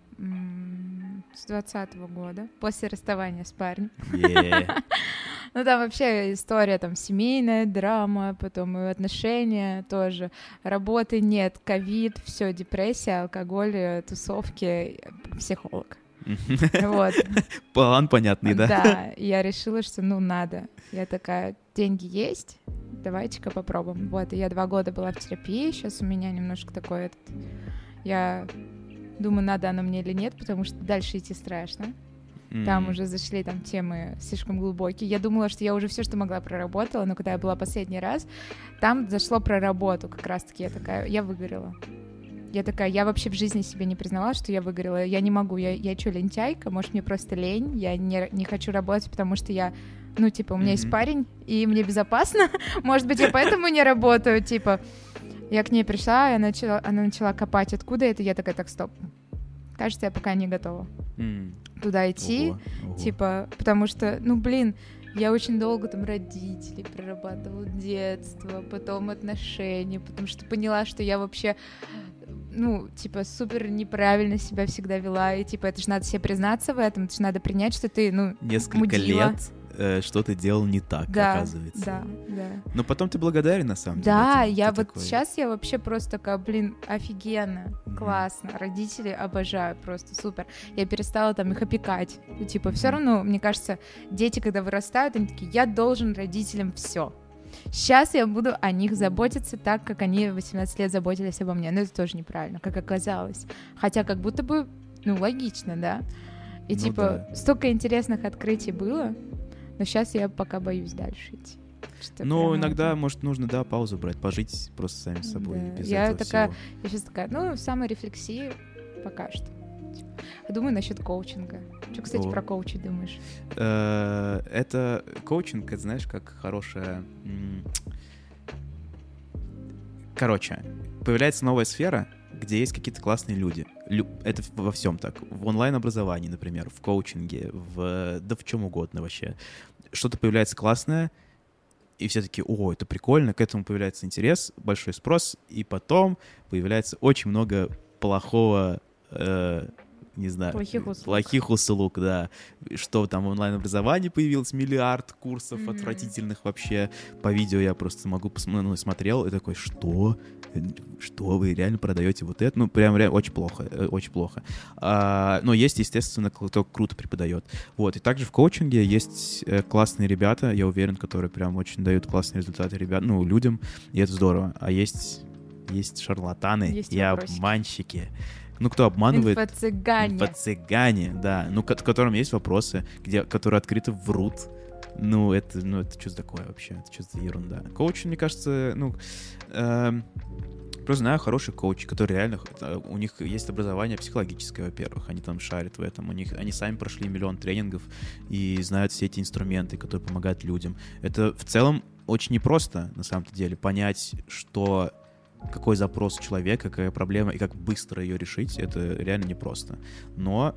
с 20-го года, после расставания с парнем. Ну, там вообще история, там, семейная драма, потом и отношения тоже. Работы нет, ковид, все, депрессия, алкоголь, тусовки, психолог. Вот. План понятный, да? Да, я решила, что, ну, надо. Я такая: деньги есть, давайте-ка попробуем. Вот, и я 2 года была в терапии, сейчас у меня немножко такой я думаю, надо оно мне или нет, потому что дальше идти страшно. Там уже зашли там темы слишком глубокие. Я думала, что я уже все, что могла, проработала, но когда я была последний раз, там зашло про работу как раз-таки. Я такая: я выгорела. Я вообще в жизни себе не признавала, что я выгорела. Я не могу, я что, лентяйка? Может, мне просто лень? Я не хочу работать, потому что я, ну, типа, у меня есть парень, и мне безопасно. Может быть, я поэтому не работаю, типа. Я к ней пришла, и она начала копать, откуда это. Я такая: так, стоп. Кажется, я пока не готова туда идти. Ого. Типа, потому что, ну, блин, я очень долго там родителей прорабатывала, детство, потом отношения, потому что поняла, что я вообще, ну, типа, супер неправильно себя всегда вела, и, типа, это же надо себе признаться в этом, это же надо принять, что ты, ну, Несколько мудила. лет что ты делал не так, Да, оказывается. да. Но потом ты благодарен, на самом деле. Да, этим. я Ты вот такой, сейчас я вообще просто такая, блин, офигенно, Мгм. классно, родители обожаю, просто супер. Я перестала там их опекать. Ну, типа, все Мгм. равно, мне кажется, дети, когда вырастают, они такие, я должен родителям все. Сейчас я буду о них заботиться так, как они в 18 лет заботились обо мне. Но это тоже неправильно, как оказалось. Хотя как будто бы, ну, логично, да? И Ну типа, да. столько интересных открытий было, но сейчас я пока боюсь дальше идти. Что Ну, прямо иногда, это- может, нужно, да, паузу брать, пожить просто сами с собой. Да. Без Я этого такая, всего. я сейчас такая, ну, саморефлексии пока что. Думаю насчет коучинга. Что, кстати, О. про коучи думаешь? Это коучинг, это, знаешь, как хорошая... Короче, появляется новая сфера, где есть какие-то классные люди. Это во всем так. В онлайн-образовании, например, в коучинге, да в чем угодно вообще. Что-то появляется классное, и все таки, о, это прикольно, к этому появляется интерес, большой спрос, и потом появляется очень много плохого, не знаю, Плохих услуг, да. Что там в онлайн-образовании появилось, миллиард курсов Мгм. отвратительных вообще. По видео я просто могу смотрел и такой, что? Что вы реально продаете вот это? Ну, прям реально очень плохо, очень плохо. Но есть, естественно, кто круто преподает. Вот, и также в коучинге есть классные ребята, я уверен, которые прям очень дают классные результаты людям, и это здорово. А есть шарлатаны Есть и вопросики. обманщики. Ну, кто обманывает? Инфо-цыгане. Инфо-цыгане, да. Ну, к которым есть вопросы, которые открыто врут. Ну, это что такое вообще? Это что за ерунда? Коуч, мне кажется, просто знаю хороших коучей, которые реально, у них есть образование психологическое, во-первых, они там шарят в этом, они сами прошли миллион тренингов и знают все эти инструменты, которые помогают людям. Это в целом очень непросто, на самом деле, понять, какой запрос у человека, какая проблема и как быстро ее решить, это реально непросто. Но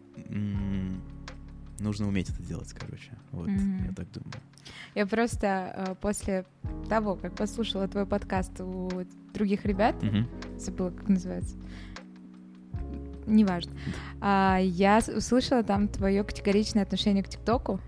нужно уметь это делать, короче. Вот, я так думаю. Я просто после того, как послушала твой подкаст у других ребят, забыла, как называется, неважно, я услышала там твое категоричное отношение к ТикТоку.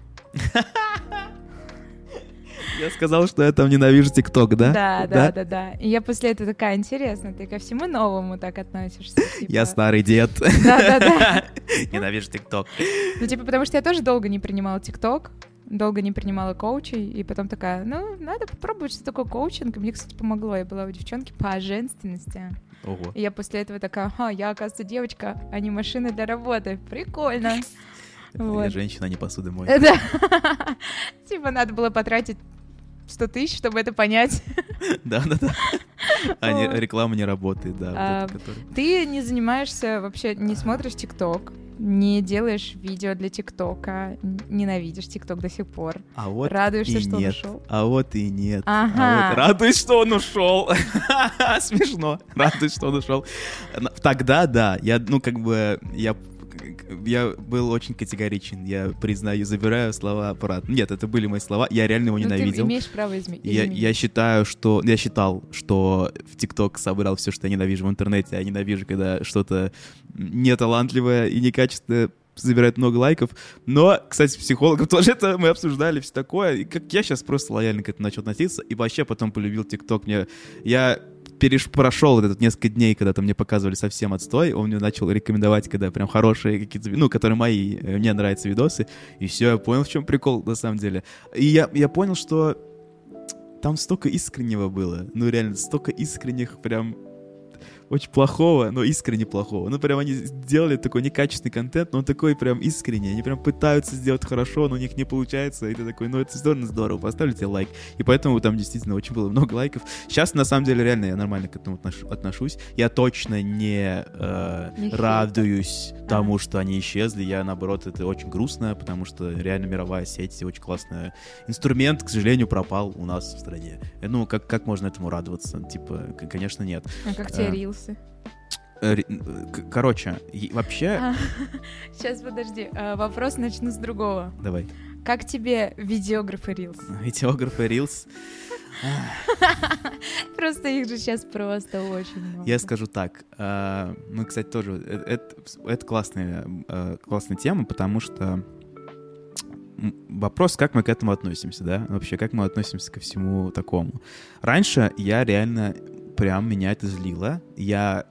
Я сказал, что я там ненавижу ТикТок, да? Да. И я после этого такая, интересно, ты ко всему новому так относишься? Типа... Я старый дед. Да. Ненавижу ТикТок. Ну, типа, потому что я тоже долго не принимала ТикТок, долго не принимала коучей, и потом такая, надо попробовать, что такое коучинг. И мне, кстати, помогло. Я была у девчонки по женственности. Ого. И я после этого такая, я, оказывается, девочка, а не машина для работы. Прикольно. Я женщина, а не посуда мой. Да. Типа, надо было потратить 100 тысяч, чтобы это понять. Да. А реклама не работает, да. Ты не занимаешься вообще, не смотришь ТикТок, не делаешь видео для ТикТока, ненавидишь ТикТок до сих пор. А вот радуешься, и что он нет. ушел. А вот и нет. Ага. А вот радуюсь, что он ушел. Смешно. Радуюсь, что он ушел. Тогда да. Я был очень категоричен. Я признаю, забираю слова обратно. Нет, это были мои слова. Я реально его ненавидел. Ты имеешь право изменить. Я считал, что в ТикТок собрал все, что я ненавижу в интернете. Я ненавижу, когда что-то неталантливое и некачественное забирает много лайков. Но, кстати, с психологом тоже это мы обсуждали, все такое. И как я сейчас просто лояльно к этому начал относиться. И вообще потом полюбил ТикТок. Я прошел этот несколько дней, когда там мне показывали совсем отстой, он мне начал рекомендовать, когда прям хорошие какие-то, которые мне нравятся видосы, и все, я понял, в чем прикол, на самом деле. И я понял, что там столько искреннего было, реально, столько искренних прям очень плохого, но искренне плохого. Прям они сделали такой некачественный контент, но он такой прям искренний. Они прям пытаются сделать хорошо, но у них не получается. И ты такой, это здорово, поставлю тебе лайк. И поэтому там действительно очень было много лайков. Сейчас, на самом деле, реально я нормально к этому отношусь. Я точно не радуюсь тому, что они исчезли. Я, наоборот, это очень грустно, потому что реально мировая сеть, очень классный инструмент, к сожалению, пропал у нас в стране. Как можно этому радоваться? Типа, конечно, нет. А как тебе рилсы? Короче, вообще... Сейчас, подожди. Вопрос начну с другого. Давай. Как тебе видеографы Reels? Видеографы Reels? Просто их же сейчас просто очень много. Я скажу так. Мы, кстати, тоже... Это классная тема, потому что вопрос, как мы к этому относимся, да? Вообще, как мы относимся ко всему такому. Раньше я реально, прям меня это злило. Я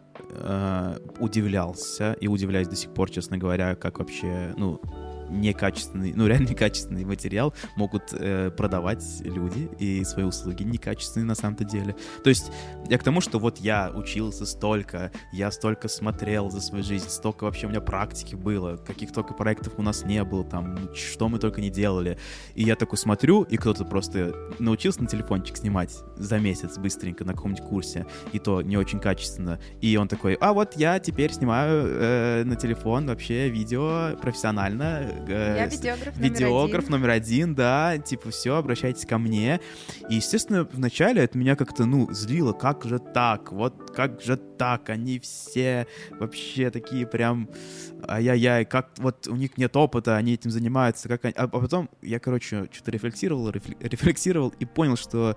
удивлялся и удивляюсь до сих пор, честно говоря, как вообще, некачественный, реально некачественный материал могут продавать люди и свои услуги некачественные на самом-то деле. То есть я к тому, что вот я учился столько, я столько смотрел за свою жизнь, столько вообще у меня практики было, каких только проектов у нас не было, там, что мы только не делали. И я такой смотрю, и кто-то просто научился на телефончик снимать за месяц быстренько на каком-нибудь курсе, и то не очень качественно. И он такой, а вот я теперь снимаю на телефон вообще видео профессионально. Я видеограф номер один, да, типа, все, обращайтесь ко мне. И, естественно, вначале это меня как-то, злило, как же так, вот как же так, они все вообще такие прям, ай-яй-яй, как вот у них нет опыта, они этим занимаются, как они... А потом я, что-то рефлексировал и понял, что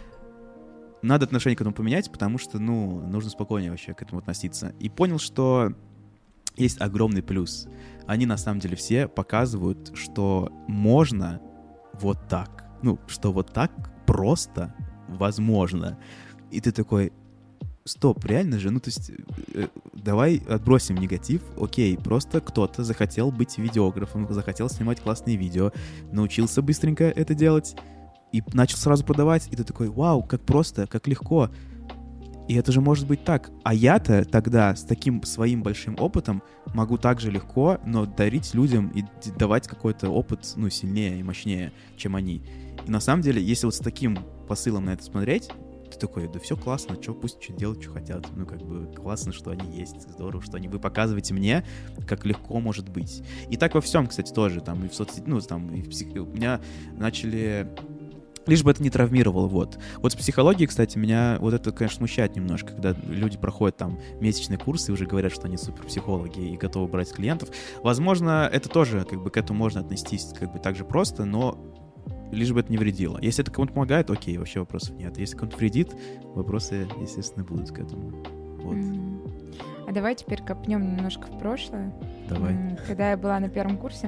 надо отношение к этому поменять, потому что, нужно спокойнее вообще к этому относиться. И понял, что есть огромный плюс. Они на самом деле все показывают, что можно вот так. Что вот так просто возможно. И ты такой, стоп, реально же? То есть давай отбросим негатив. Окей, просто кто-то захотел быть видеографом, захотел снимать классные видео, научился быстренько это делать и начал сразу продавать. И ты такой, вау, как просто, как легко. И это же может быть так. А я-то тогда с таким своим большим опытом могу так же легко, но дарить людям и давать какой-то опыт, сильнее и мощнее, чем они. И на самом деле, если вот с таким посылом на это смотреть, ты такой, да все классно, пусть делают, что хотят. Классно, что они есть, здорово, что вы показываете мне, как легко может быть. И так во всем, кстати, тоже, там, и в соцсетях, у меня начали... Лишь бы это не травмировало, вот. Вот с психологией, кстати, меня вот это, конечно, смущает немножко, когда люди проходят там месячные курсы и уже говорят, что они суперпсихологи и готовы брать клиентов. Возможно, это тоже, к этому можно отнестись, так же просто, но лишь бы это не вредило. Если это кому-то помогает, окей, вообще вопросов нет. Если кому-то вредит, вопросы, естественно, будут к этому. Вот. А давай теперь копнем немножко в прошлое. Давай. Когда я была на первом курсе,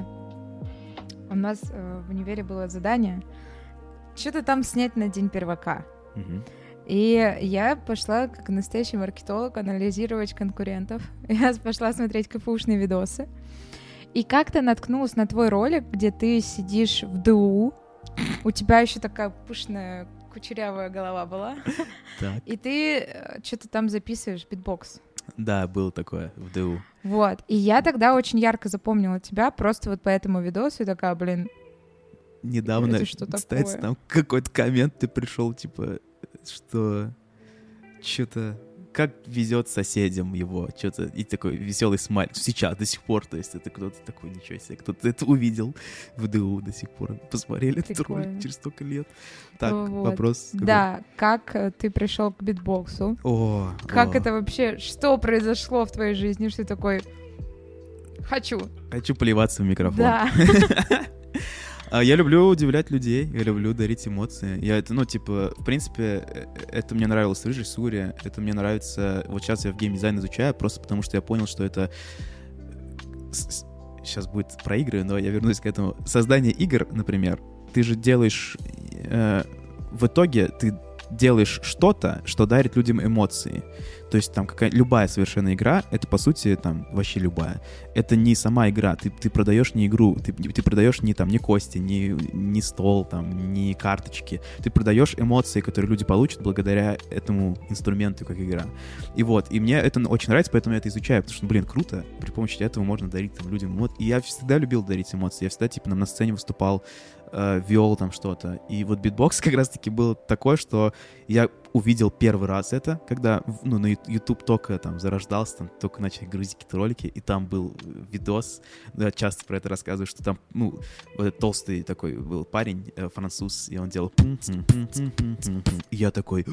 у нас в универе было задание что-то там снять на день первака. И я пошла, как настоящий маркетолог, анализировать конкурентов. Я пошла смотреть КФУшные видосы. И как-то наткнулась на твой ролик, где ты сидишь в ДУ. У тебя еще такая пышная, кучерявая голова была. Так. И ты что-то там записываешь, битбокс. Да, было такое в ДУ. Вот. И я тогда очень ярко запомнила тебя просто вот по этому видосу. И такая, недавно, кстати, там какой-то коммент ты пришел, типа, что что-то как везет соседям его, что-то, и такой веселый смайль. Сейчас, до сих пор, то есть это кто-то такой, ничего себе, кто-то это увидел в ДУ до сих пор. Посмотрели этот ролик через столько лет. Так, вот. Вопрос. Да, как ты пришел к битбоксу? Как это вообще, что произошло в твоей жизни, что ты такой, хочу плеваться в микрофон. Да. Я люблю удивлять людей, я люблю дарить эмоции. Я это, в принципе, это мне нравилось в режиссуре, это мне нравится... Вот сейчас я в геймдизайн изучаю, просто потому что я понял, что это... Сейчас будет про игры, но я вернусь к этому. Создание игр, например, ты же делаешь... В итоге ты делаешь что-то, что дарит людям эмоции. То есть там любая совершенно игра, это по сути там вообще любая. Это не сама игра, ты продаешь не игру, ты продаешь не кости, не стол, там, не карточки. Ты продаешь эмоции, которые люди получат благодаря этому инструменту, как игра. И мне это очень нравится, поэтому я это изучаю, потому что, круто, при помощи этого можно дарить людям эмоции. И я всегда любил дарить эмоции, я всегда на сцене выступал, вел там что-то. И вот битбокс как раз-таки было такое, что я увидел первый раз это, когда на YouTube только там зарождался, там только начали грузить какие-то ролики, и там был видос, я часто про это рассказываю, что там, вот этот толстый такой был парень, француз, и он делал и я такой,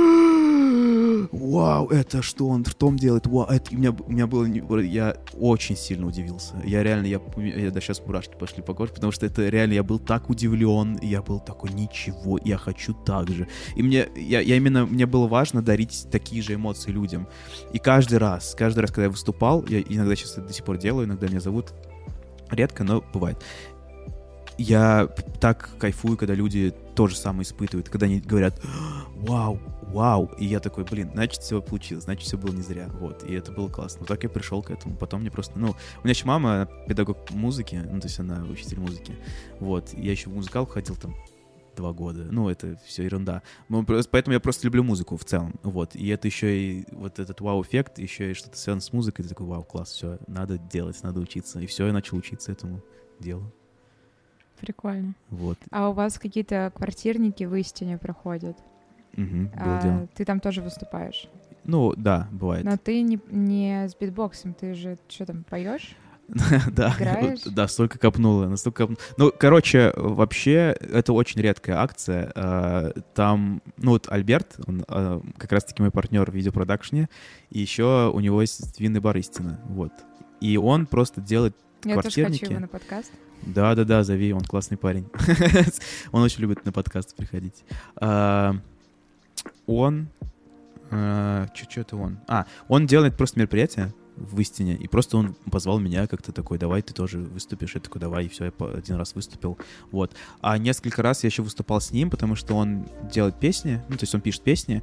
вау, это что он делает, вау, это у меня было, я очень сильно удивился, я реально, я до сейчас мурашки пошли по коже, потому что это реально, я был так удивлен, я был такой, ничего, я хочу так же, и мне было важно дарить такие же эмоции людям. И каждый раз, когда я выступал, я иногда сейчас это до сих пор делаю, иногда меня зовут, редко, но бывает. я так кайфую, когда люди то же самое испытывают, когда они говорят «Вау, вау!» И я такой, блин, значит, все получилось, значит, все было не зря. Вот, и это было классно. Вот так я пришел к этому. Потом мне просто, у меня еще мама педагог музыки, то есть она учитель музыки. Вот, я еще в музыкал ходил там 2 года. Это все ерунда. Поэтому я просто люблю музыку в целом. Вот. И это еще и вот этот вау-эффект, еще и что-то связано с музыкой. Ты такой, вау, класс, все, надо делать, надо учиться. И все, я начал учиться этому делу. Прикольно. Вот. А у вас какие-то квартирники в Истине проходят? Было дело. Ты там тоже выступаешь? Да, бывает. Но ты не с битбоксом, ты же что там, поешь? Да, играешь? Да, настолько копнуло. Вообще, это очень редкая акция. Там, Альберт, он как раз-таки мой партнер в видеопродакшне, и еще у него есть винный бар «Истина», вот. И он просто делает Я квартирники. тоже хочу его на подкаст. Да, зови, он классный парень. Он очень любит на подкасты приходить. Он делает просто мероприятия в «Истине», и просто он позвал меня как-то такой, давай ты тоже выступишь. Я такой, давай, и все, я один раз выступил, вот. А несколько раз я еще выступал с ним, потому что он делает песни, то есть он пишет песни,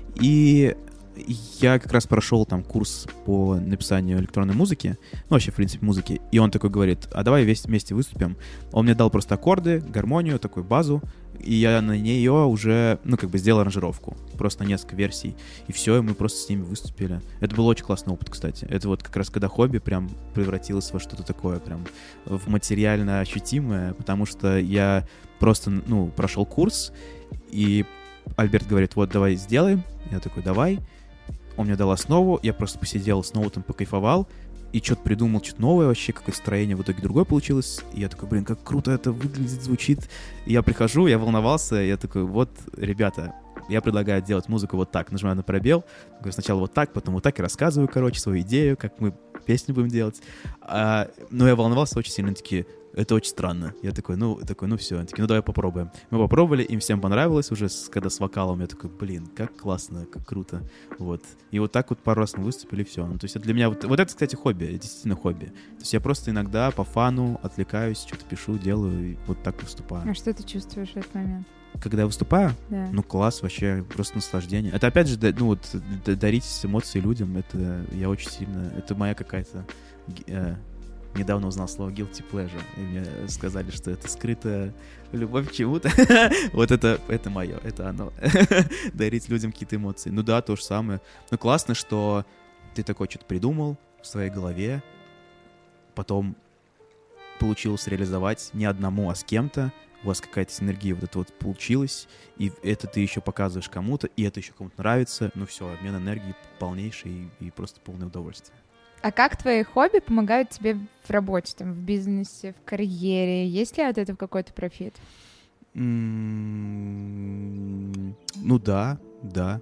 и я как раз прошел там курс по написанию электронной музыки, вообще, в принципе, музыки, и он такой говорит, а давай вместе выступим. Он мне дал просто аккорды, гармонию, такую базу, и я на нее уже, сделал аранжировку, просто на несколько версий, и все, и мы просто с ними выступили. Это был очень классный опыт, кстати. Это вот как раз когда хобби прям превратилось во что-то такое, прям в материально ощутимое, потому что я просто, прошел курс, и Альберт говорит, вот, давай сделаем. Я такой, давай. Он мне дал основу, я просто посидел, снова там покайфовал, и что-то придумал, что-то новое вообще, какое-то строение в итоге другое получилось. И я такой, блин, как круто это выглядит, звучит. И я прихожу, я волновался, я такой, вот, ребята, я предлагаю делать музыку вот так. Нажимаю на пробел, говорю, сначала вот так, потом вот так, и рассказываю, свою идею, как мы песню будем делать. Но я волновался очень сильно, такие, это очень странно. Я такой, все. Они такие, давай попробуем. Мы попробовали, им всем понравилось уже, когда с вокалом. Я такой, блин, как классно, как круто. Вот. И вот так вот пару раз мы выступили, все. То есть это для меня, вот это, кстати, хобби, это действительно хобби. То есть я просто иногда по фану отвлекаюсь, что-то пишу, делаю, и вот так выступаю. А что ты чувствуешь в этот момент? Когда я выступаю, да. Класс, вообще, просто наслаждение. Это, опять же, дарить эмоции людям, это я очень сильно, это моя какая-то... Недавно узнал слово guilty pleasure, и мне сказали, что это скрытая любовь к чему-то. Вот это мое, это оно. Дарить людям какие-то эмоции. Да, то же самое. Классно, что ты такой что-то придумал в своей голове, потом получилось реализовать не одному, а с кем-то. У вас какая-то синергия вот это вот получилась, и это ты еще показываешь кому-то, и это еще кому-то нравится. Все, обмен энергии полнейший и просто полное удовольствие. А как твои хобби помогают тебе в работе, там, в бизнесе, в карьере? Есть ли от этого какой-то профит? Да.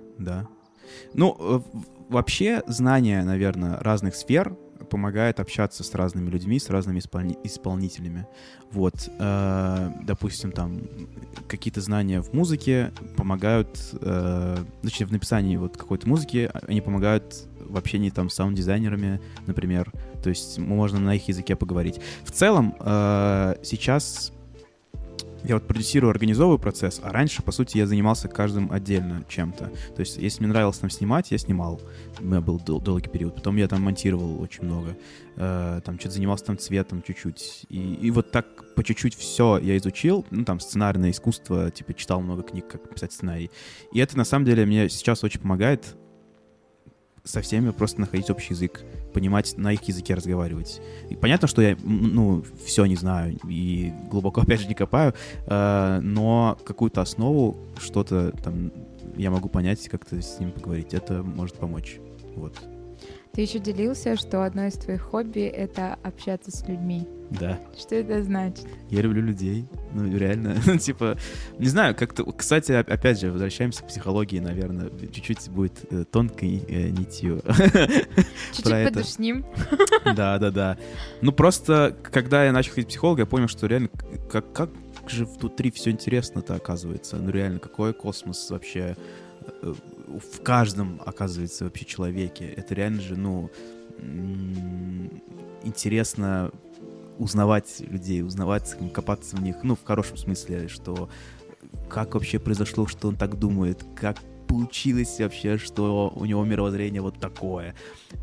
Вообще знание, наверное, разных сфер помогает общаться с разными людьми, с разными исполнителями. Вот, допустим, там какие-то знания в музыке помогают, в написании вот какой-то музыки, они помогают в общении там с саунд-дизайнерами, например. То есть можно на их языке поговорить. В целом, сейчас я вот продюсирую, организовываю процесс, а раньше, по сути, я занимался каждым отдельно чем-то. То есть, если мне нравилось там снимать, я снимал. У меня был долгий период. Потом я там монтировал очень много. Там что-то занимался там цветом чуть-чуть. И вот так по чуть-чуть все я изучил. Там сценарное искусство, читал много книг, как писать сценарий. И это, на самом деле, мне сейчас очень помогает со всеми просто находить общий язык, понимать, на их языке разговаривать. И понятно, что я, все не знаю и глубоко, опять же, не копаю, но какую-то основу, что-то там я могу понять, как-то с ним поговорить. Это может помочь. Вот. Ты еще делился, что одно из твоих хобби — это общаться с людьми. Да. Что это значит? Я люблю людей. Реально. Не знаю, как-то... Кстати, опять же, возвращаемся к психологии, наверное. Чуть-чуть будет тонкой нитью. Чуть-чуть подушним. Да. Просто, когда я начал ходить к психологу, я понял, что реально, как же внутри все интересно-то оказывается. Реально, какой космос вообще в каждом, оказывается, вообще человеке. Это реально же, интересно узнавать людей, узнавать, копаться в них, ну, в хорошем смысле, что как вообще произошло, что он так думает, как получилось вообще, что у него мировоззрение вот такое.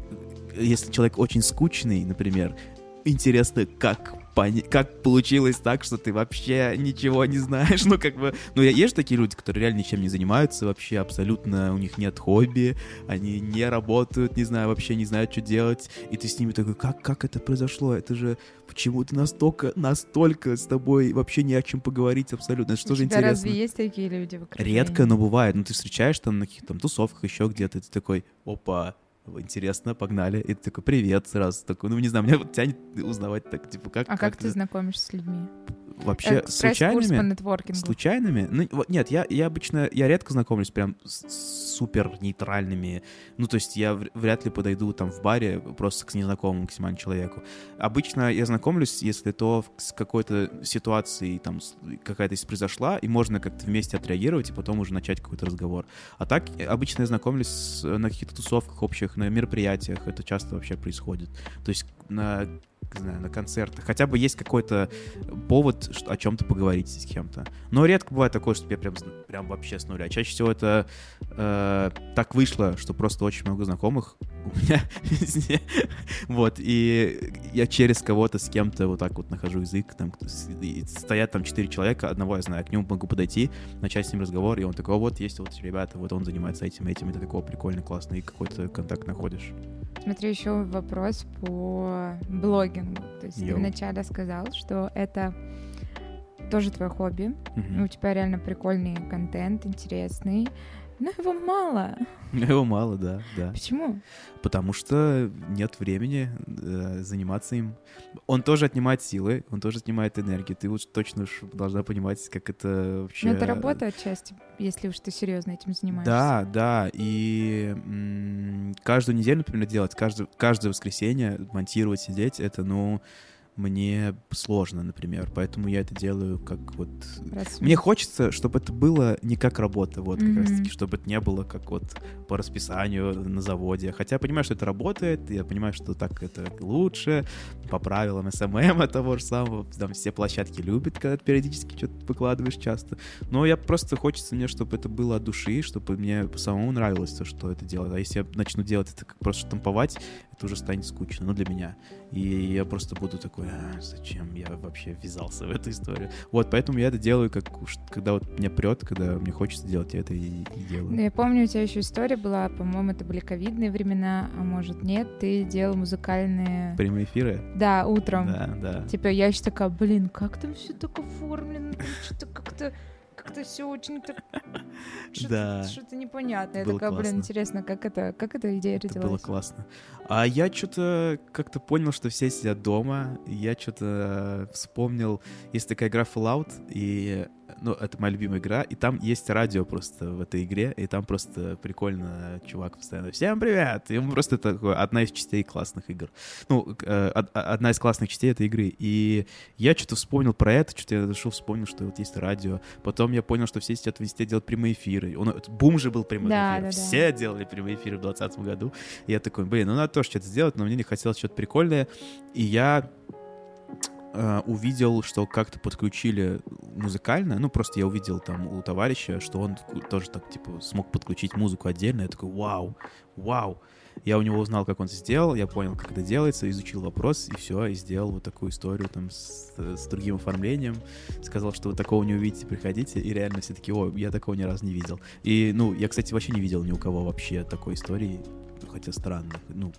Если человек очень скучный, например, интересно, как получилось так, что ты вообще ничего не знаешь, ну, как бы, ну, есть же такие люди, которые реально ничем не занимаются вообще, абсолютно, у них нет хобби, они не работают, не знаю, вообще не знают, что делать, и ты с ними такой, как это произошло, это же, почему ты настолько с тобой вообще не о чем поговорить абсолютно, это что же интересно. Разве есть такие люди в окружении? Редко, но бывает, ну, ты встречаешь там на каких-то там тусовках, еще где-то, и ты такой, опа, интересно, погнали. И ты такой, привет, сразу такой, ну, не знаю, меня вот тянет узнавать так, типа, как ты знакомишься с людьми? Вообще, случайными? По нетворкингу. Случайными? Ну, нет, я обычно, я редко знакомлюсь прям с супер нейтральными. Ну, то есть я вряд ли подойду там в баре просто к незнакомому максимально человеку. Обычно я знакомлюсь, если то с какой-то ситуацией там какая-то произошла, и можно как-то вместе отреагировать, и потом уже начать какой-то разговор. А так, обычно я знакомлюсь на каких-то тусовках общих, на мероприятиях, это часто вообще происходит. То есть не знаю, на концертах. Хотя бы есть какой-то повод о чем-то поговорить с кем-то. Но редко бывает такое, что я прям вообще с нуля. Чаще всего это так вышло, что просто очень много знакомых у меня везде. Вот, и я через кого-то с кем-то вот так вот нахожу язык. Там стоят там 4 человека, одного я знаю, к нему могу подойти, начать с ним разговор, и он такой, вот есть вот ребята, вот он занимается этим, и ты такой, прикольно, классно, и какой-то контакт находишь. Смотри, еще вопрос по блогингу. То есть ты вначале сказал, что это тоже твое хобби. У тебя реально прикольный контент, интересный. Но его мало. Его мало, да. Почему? Потому что нет времени заниматься им. Он тоже отнимает силы, он тоже отнимает энергию. Ты вот точно должна понимать, как это вообще... Ну, это работа отчасти, если уж ты серьезно этим занимаешься. Да. И каждую неделю, например, делать, каждое воскресенье монтировать, сидеть, это, мне сложно, например, поэтому я это делаю как вот... Мне хочется, чтобы это было не как работа, вот как раз-таки, чтобы это не было как вот по расписанию на заводе. Хотя я понимаю, что это работает, я понимаю, что так это лучше, по правилам СММ того же самого, там все площадки любят, когда ты периодически что-то выкладываешь часто. Но я просто хочется мне, чтобы это было от души, чтобы мне самому нравилось то, что это делать. А если я начну делать это как просто штамповать, это уже станет скучно, для меня. И я просто буду такой, зачем я вообще ввязался в эту историю? Вот, поэтому я это делаю, когда вот меня прет, когда мне хочется делать, я это и делаю. Я помню, у тебя еще история была, по-моему, это были ковидные времена, а может нет, ты делал музыкальные... Прямые эфиры? Да, утром. Да. Типа я еще такая, как там все так оформлено, что-то как-то все очень так... Что-то непонятное. Я такая, интересно, как эта идея родилась? Это было классно. А я что-то как-то понял, что все сидят дома, и я что-то вспомнил, есть такая игра Fallout, и это моя любимая игра, и там есть радио просто в этой игре, и там просто прикольно чувак постоянно «Всем привет!» И он просто одна из частей классных игр. Одна из классных частей этой игры. И я что-то вспомнил про это, что-то я зашел, вспомнил, что вот есть радио. Потом я понял, что все сидят везде делать прямые эфиры. Бум же был прямой эфир. Да. Все делали прямые эфиры в 2020 году. И я такой, надо тоже что-то сделать, но мне не хотелось что-то прикольное. И я увидел, что как-то подключили музыкально, просто я увидел там у товарища, что он тоже так, смог подключить музыку отдельно, я такой, вау, я у него узнал, как он это сделал, я понял, как это делается, изучил вопрос, и все, и сделал вот такую историю там с другим оформлением, сказал, что вы такого не увидите, приходите, и реально все таки, я такого ни разу не видел. И, я, кстати, вообще не видел ни у кого вообще такой истории, хотя странно,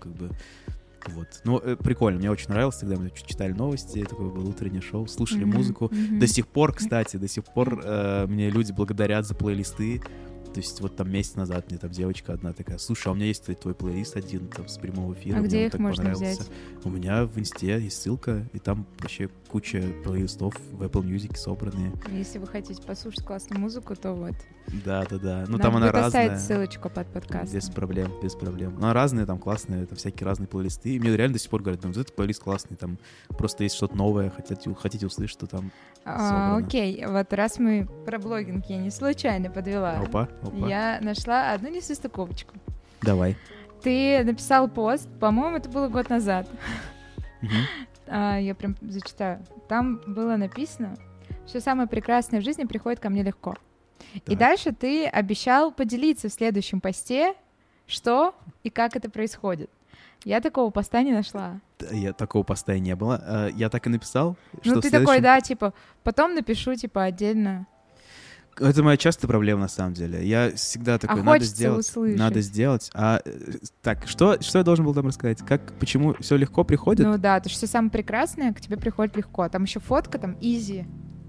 вот. Прикольно, мне очень нравилось, тогда мы читали новости, такое было утреннее шоу, слушали музыку. До сих пор, кстати, мне люди благодарят за плейлисты. То есть вот там месяц назад мне там девочка одна такая, слушай, а у меня есть твой плейлист один там с прямого эфира. А где их так можно взять? У меня в инсте есть ссылка, и там вообще куча плейлистов в Apple Music собранные. Если вы хотите послушать классную музыку, то вот. Да. Нам там она разная. оставить ссылочку под подкастом. Без проблем. Она разная, там классные, там всякие разные плейлисты. И мне реально до сих пор говорят, этот плейлист классный, там просто есть что-то новое, хотите услышать, что там собрано. Окей, вот раз мы про блогинг, я не случайно подвела. Опа. Я нашла одну несостыковочку. Давай. Ты написал пост, по-моему, это было год назад. Я прям зачитаю. Там было написано: «Все самое прекрасное в жизни приходит ко мне легко». И дальше ты обещал поделиться в следующем посте, что и как это происходит. Я такого поста не нашла. Такого поста и не было. Я так и написал. Ну, ты такой, да, типа, потом напишу, типа, отдельно. Это моя частая проблема, на самом деле. Я всегда такой, надо сделать. Так, что я должен был там рассказать? Почему все легко приходит? Ну да, то что все самое прекрасное к тебе приходит легко. Там еще фотка, там easy.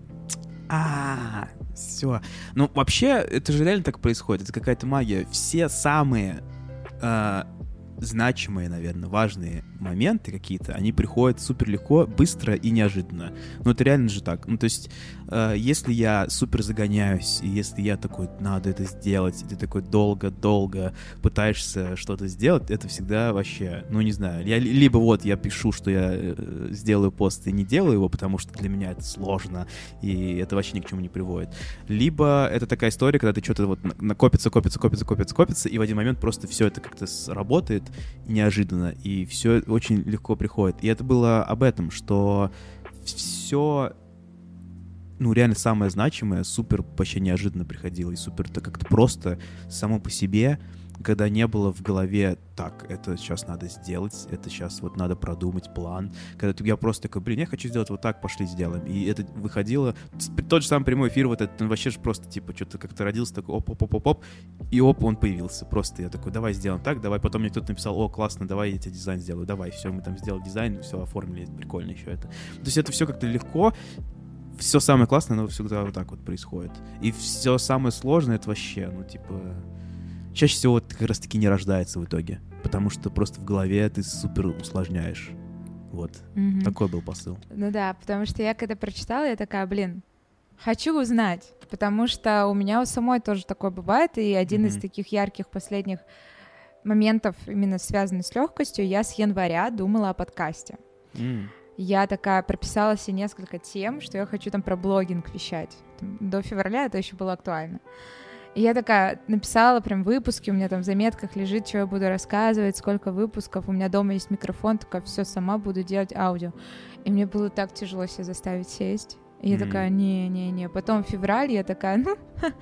Все. Ну, вообще, это же реально так происходит. Это какая-то магия. Все самые значимые, наверное, важные моменты какие-то, они приходят супер легко, быстро и неожиданно. Ну, это реально же так. Ну, то есть, если я супер загоняюсь, и если я такой, надо это сделать, и ты такой долго-долго пытаешься что-то сделать, это всегда вообще, ну, не знаю, либо вот я пишу, что я сделаю пост и не делаю его, потому что для меня это сложно, и это вообще ни к чему не приводит. Либо это такая история, когда ты что-то вот копится, и в один момент просто все это как-то сработает неожиданно, и все очень легко приходит. И это было об этом, что все, ну, реально самое значимое супер вообще неожиданно приходило, и супер это как-то просто само по себе, когда не было в голове, так, это сейчас надо сделать, это сейчас вот надо продумать план. Когда я просто такой, я хочу сделать вот так, пошли сделаем. И это выходило, тот же самый прямой эфир, вот это, вообще же просто, типа, что-то как-то родился такой, оп, и он появился. Просто я такой, давай сделаем так, давай. Потом мне кто-то написал, классно, давай я тебе дизайн сделаю, давай. Все, мы там сделали дизайн, все оформили, прикольно еще это. То есть это все как-то легко, все самое классное, оно всегда вот так вот происходит. И все самое сложное, это вообще, ну, типа... Чаще всего это как раз-таки не рождается в итоге, потому что просто в голове ты супер усложняешь. Вот. Такой был посыл. Ну да, потому что я когда прочитала, я такая, хочу узнать, потому что у меня у самой тоже такое бывает, и один из таких ярких последних моментов, именно связанных с легкостью, я с января думала о подкасте. Я такая прописала себе несколько тем, что я хочу там про блогинг вещать. До февраля это еще было актуально. И я такая написала прям выпуски, у меня там в заметках лежит, что я буду рассказывать, сколько выпусков, у меня дома есть микрофон, такая, все, сама буду делать аудио. И мне было так тяжело себя заставить сесть. И я такая, не. Потом февраль, я такая, не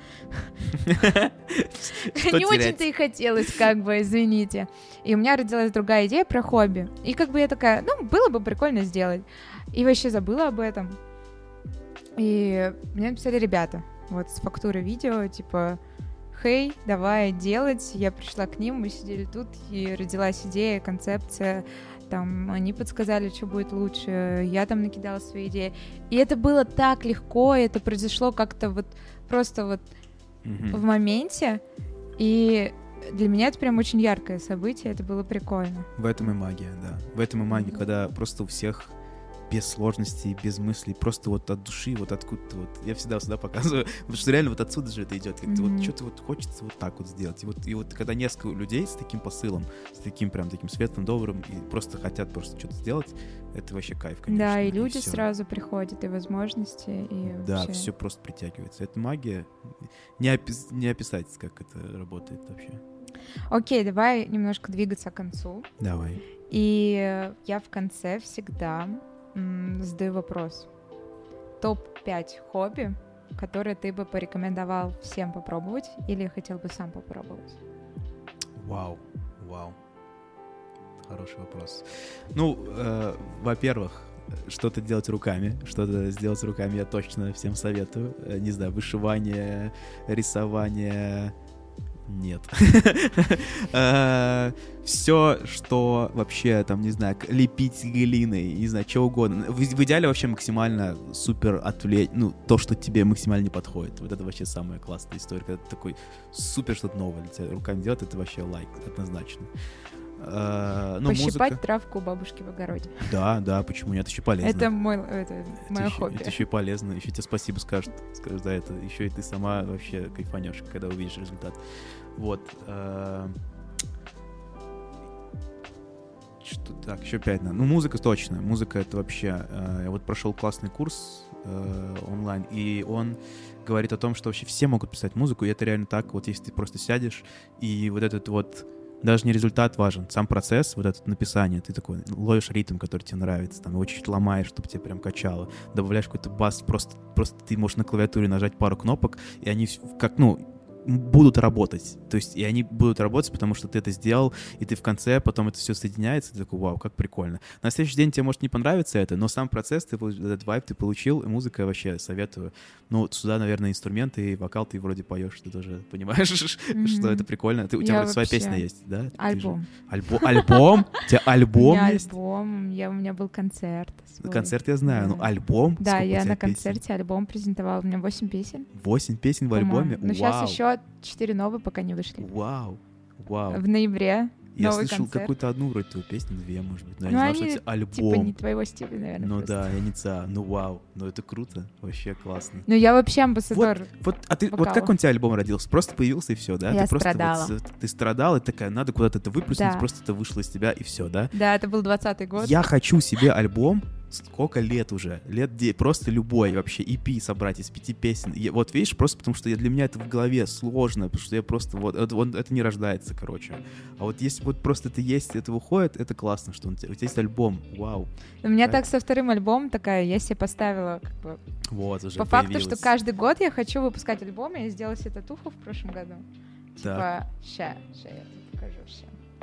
очень-то и хотелось, как бы, извините. И у меня родилась другая идея про хобби. И как бы я такая, было бы прикольно сделать. И вообще забыла об этом. И мне написали ребята. Вот с фактуры видео, типа, хей, давай делать. Я пришла к ним, мы сидели тут, и родилась идея, концепция. Там они подсказали, что будет лучше, я там накидала свои идеи. И это было так легко, это произошло как-то вот просто вот в моменте. И для меня это прям очень яркое событие, это было прикольно. В этом и магия, да. В этом и магия, когда просто у всех... без сложностей, без мыслей, просто вот от души, вот откуда-то вот. Я всегда показываю, потому что реально вот отсюда же это идет. Как-то вот что-то вот хочется вот так вот сделать. И вот когда несколько людей с таким посылом, с таким прям таким светлым, добрым, и просто хотят просто что-то сделать, это вообще кайф, конечно. Да, и люди сразу приходят, и возможности, и да, вообще... все просто притягивается. Это магия. Не описать, как это работает вообще. Окей, давай немножко двигаться к концу. Давай. И я в конце всегда... задаю вопрос. Топ-5 хобби, которые ты бы порекомендовал всем попробовать или хотел бы сам попробовать? Вау. Хороший вопрос. Ну, во-первых, что-то делать руками. Что-то сделать руками я точно всем советую. Не знаю, вышивание, рисование... Нет. Все, что вообще, там, не знаю, лепить глиной, не знаю, что угодно. В идеале вообще максимально супер отвлечь, ну, то, что тебе максимально не подходит. Вот это вообще самая классная история, когда ты такой супер что-то новое для тебя руками делать, это вообще лайк, однозначно. Пощипать травку у бабушки в огороде. Да, почему нет, это еще полезно. Это мое хобби. Это еще и полезно, еще тебе спасибо скажут за это. Еще и ты сама вообще кайфанешь, когда увидишь результат. Вот. Что так, еще 5 надо. Ну, музыка точно. Музыка — это вообще... Я вот прошел классный курс онлайн, и он говорит о том, что вообще все могут писать музыку, и это реально так. Вот если ты просто сядешь, и вот этот вот Даже не результат важен, сам процесс, вот это написание, ты такой ловишь ритм, который тебе нравится, там его чуть ломаешь, чтобы тебя прям качало, добавляешь какой-то бас, просто ты можешь на клавиатуре нажать пару кнопок, и они как, будут работать. То есть, и они будут работать, потому что ты это сделал, и ты в конце, потом это все соединяется, и ты такой, вау, как прикольно. На следующий день тебе может не понравиться это, но сам процесс, этот вайб ты получил, и музыка вообще советую. Сюда, наверное, инструменты и вокал ты вроде поешь, ты тоже понимаешь, что это прикольно. У тебя вроде своя песня есть, да? Альбом. Альбом? У тебя альбом есть? Альбом, у меня был концерт. Концерт я знаю, но альбом? Да, я на концерте альбом презентовала, у меня 8 песен. 8 песен в альбоме? Ну, сейчас еще 4 новые пока не вышли. Вау. В ноябре. Я новый слышал концерт. какую-то одну вроде твою песню, 2, может быть. Но я не знал, что это альбом. Типа не твоего стиля, наверное. Ну просто. да, я не ца. Вау. Это круто. Вообще классно. Ну я вообще амбассадор. Вот как у тебя альбом родился? Просто появился и все, да? Я ты страдала. Ты страдала, и такая, надо куда-то это выплеснуть, Да. просто это вышло из тебя, и все, да? Да, это был 20-й год. Я хочу себе альбом. Сколько лет уже? Лет 10. Просто любой вообще EP собрать из 5 песен. Вот видишь, просто потому что для меня это в голове сложно, потому что я просто это не рождается, короче. А вот если вот просто это есть, это выходит, это классно, что у тебя есть альбом. Вау. У меня так со вторым альбомом такая, я себе поставила как бы вот, уже по факту, что каждый год я хочу выпускать альбом, я сделала себе татуху в прошлом году. Типа, ща я тебе покажу всем.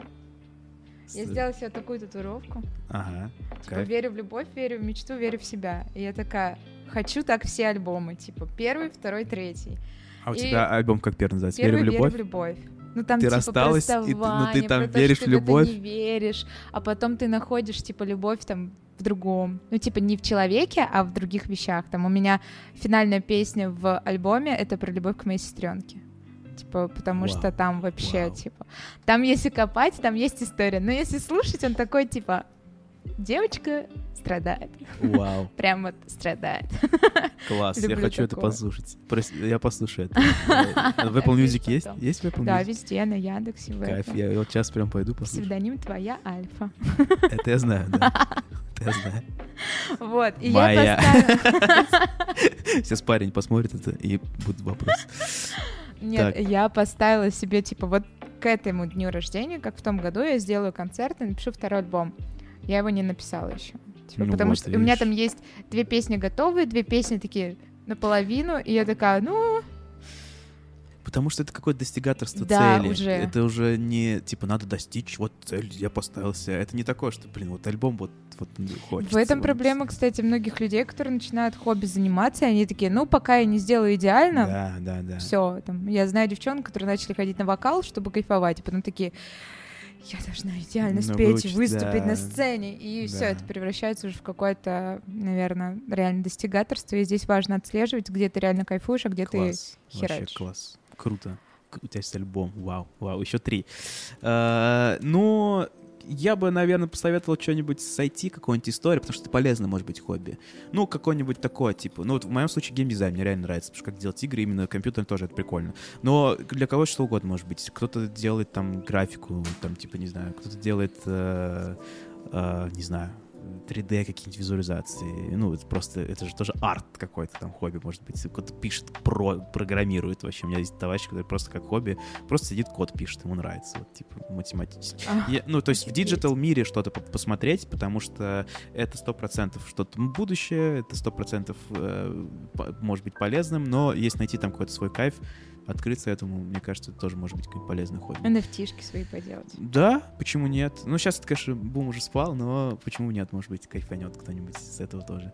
Я сделала себе такую татуировку. Ага. Типа, верю в любовь, верю в мечту, верю в себя. И я такая, хочу так все альбомы. Типа, 1, 2, 3. А у тебя альбом как первый называется? Первый «Верю в любовь»? «Верю в любовь». Ну, там, ты типа, рассталась, про расставание, ты там про то, веришь что в любовь? ты не веришь, а потом ты находишь, типа, любовь там в другом. Ну, типа, не в человеке, а в других вещах. Там у меня финальная песня в альбоме — это про любовь к моей сестренке. Типа, потому что там вообще, типа... Там, если копать, там есть история. Но если слушать, он такой, типа... Девочка страдает. Вау. Прям вот страдает. Класс, я хочу это послушать. Я послушаю это. В Apple Music есть? Есть в Apple Music? Да, везде, на Яндексе. Кайф, я вот сейчас прям пойду послушаю. Псевдоним «Твоя Альфа». Это я знаю, да. Это я знаю. Вот, и Моя. я поставила... Сейчас парень посмотрит это, и будут вопросы. Нет, я поставила себе, типа, вот к этому дню рождения, как в том году, я сделаю концерт и напишу второй альбом. Я его не написала еще. Типа, потому вот, что у меня там есть 2 песни готовые, 2 песни такие наполовину, и я такая, Потому что это какое-то достигаторство да, цели. Уже. Это уже не, типа, надо достичь, вот цель, я поставился. Это не такое, что, вот альбом вот хочется. В этом проблема, кстати, многих людей, которые начинают хобби заниматься, и они такие, пока я не сделаю идеально, да. Все, там, я знаю девчонок, которые начали ходить на вокал, чтобы кайфовать, и потом такие, я должна идеально спеть, выступить на сцене, и все это превращается уже в какое-то, наверное, реально достигаторство, и здесь важно отслеживать, где ты реально кайфуешь, а где ты херачишь. Вообще класс, круто. У тебя есть альбом, вау, еще 3. Я бы, наверное, посоветовал что-нибудь с IT, какую-нибудь историю, потому что это полезно, может быть, хобби. Какой-нибудь такой, типа, вот в моем случае геймдизайн мне реально нравится, потому что как делать игры, именно компьютер тоже это прикольно. Но для кого что угодно может быть. Кто-то делает там графику, там, типа, не знаю, кто-то делает, не знаю, 3D какие-нибудь визуализации. Это же тоже арт какой-то там, хобби, может быть. Кто-то пишет, программирует вообще. У меня есть товарищ, который просто как хобби просто сидит, код пишет, ему нравится, вот, типа, математически. То есть в диджитал мире что-то посмотреть, потому что это 100% что-то будущее, это 100% может быть полезным, но если найти там какой-то свой кайф, открыться этому, мне кажется, это тоже может быть какое-то полезное хобби. NFT-шки свои поделать. Да, почему нет? Сейчас это, конечно, бум уже спал, но почему нет? Может быть, кайфанет кто-нибудь с этого тоже.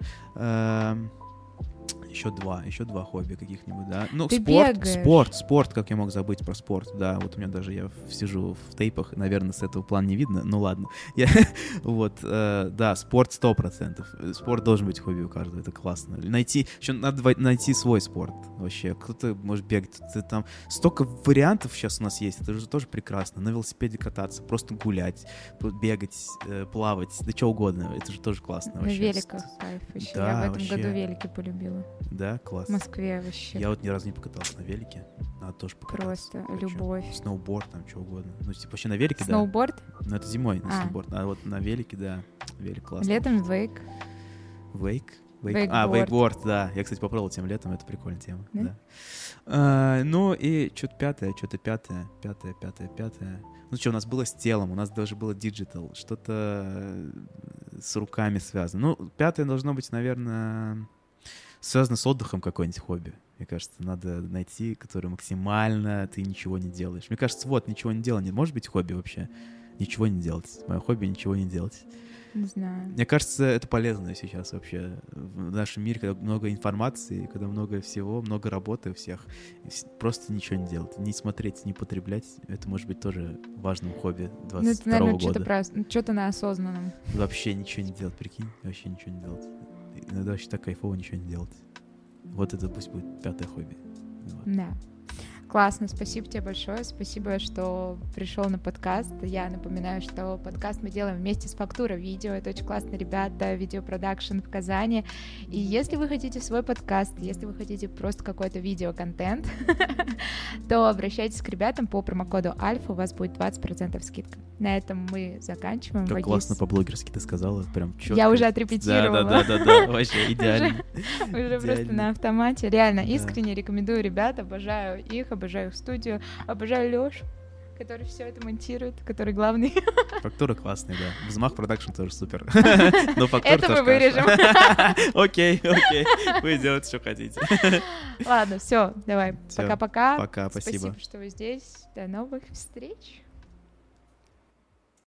Еще два хобби каких-нибудь, да. Спорт, как я мог забыть про спорт, да. Вот у меня даже я сижу в тейпах, наверное, с этого плана не видно, ну ладно. Да, спорт 100%. Спорт должен быть хобби у каждого, это классно. Еще надо найти свой спорт вообще. Кто-то может бегать, там столько вариантов сейчас у нас есть, это же тоже прекрасно. На велосипеде кататься, просто гулять, бегать, плавать, да что угодно, это же тоже классно вообще. На великах кайф еще. Да, я в этом году велики полюбила. Да, класс. В Москве вообще. Я вот ни разу не покатался на велике. Надо тоже покататься. Просто любовь. Сноуборд, там, что угодно. Вообще на велике, да. Сноуборд? Это зимой, на сноуборд. А вот на велике, да. Велик классный. Летом вейк. Вейк? вейкборд, да. Я, кстати, попробовал тем летом, это прикольная тема. Да? Да. Ну и что-то пятое. Ну что, у нас было с телом, у нас даже было диджитал, что-то с руками связано. Ну, пятое должно быть, наверное, связано с отдыхом какое-нибудь хобби. Мне кажется, надо найти, которое максимально ты ничего не делаешь. Мне кажется, вот, ничего не делать. Может быть хобби вообще? Ничего не делать. Мое хобби — ничего не делать. Не знаю. Мне кажется, это полезно сейчас вообще в нашем мире, когда много информации, когда много всего, много работы у всех. Просто ничего не делать. Не смотреть, не потреблять. Это может быть тоже важным хобби 22-го года. Ну, это, наверное, что-то на осознанном. Вообще ничего не делать, прикинь. Вообще ничего не делать. Иногда вообще так кайфово ничего не делать. Вот это пусть будет пятое хобби. Вот. Да. Классно, спасибо тебе большое, спасибо, что пришел на подкаст. Я напоминаю, что подкаст мы делаем вместе с Фактура Видео, это очень классные ребята, видеопродакшн в Казани. И если вы хотите свой подкаст, если вы хотите просто какой-то видеоконтент, то обращайтесь к ребятам по промокоду Альфа, у вас будет 20% скидка. На этом мы заканчиваем. Как классно по-блогерски ты сказала, прям чётко. Я уже отрепетировала. Да, вообще идеально. Уже просто на автомате. Реально, искренне рекомендую ребят, обожаю их студию, обожаю Лёшу, который все это монтирует, который главный. Фактура классный, да. Взмах продакшн тоже супер. Но Фактура это мы вырежем. Окей. Вы делаете, что хотите. Ладно, все, давай. Пока-пока. Пока, спасибо. Спасибо, что вы здесь. До новых встреч.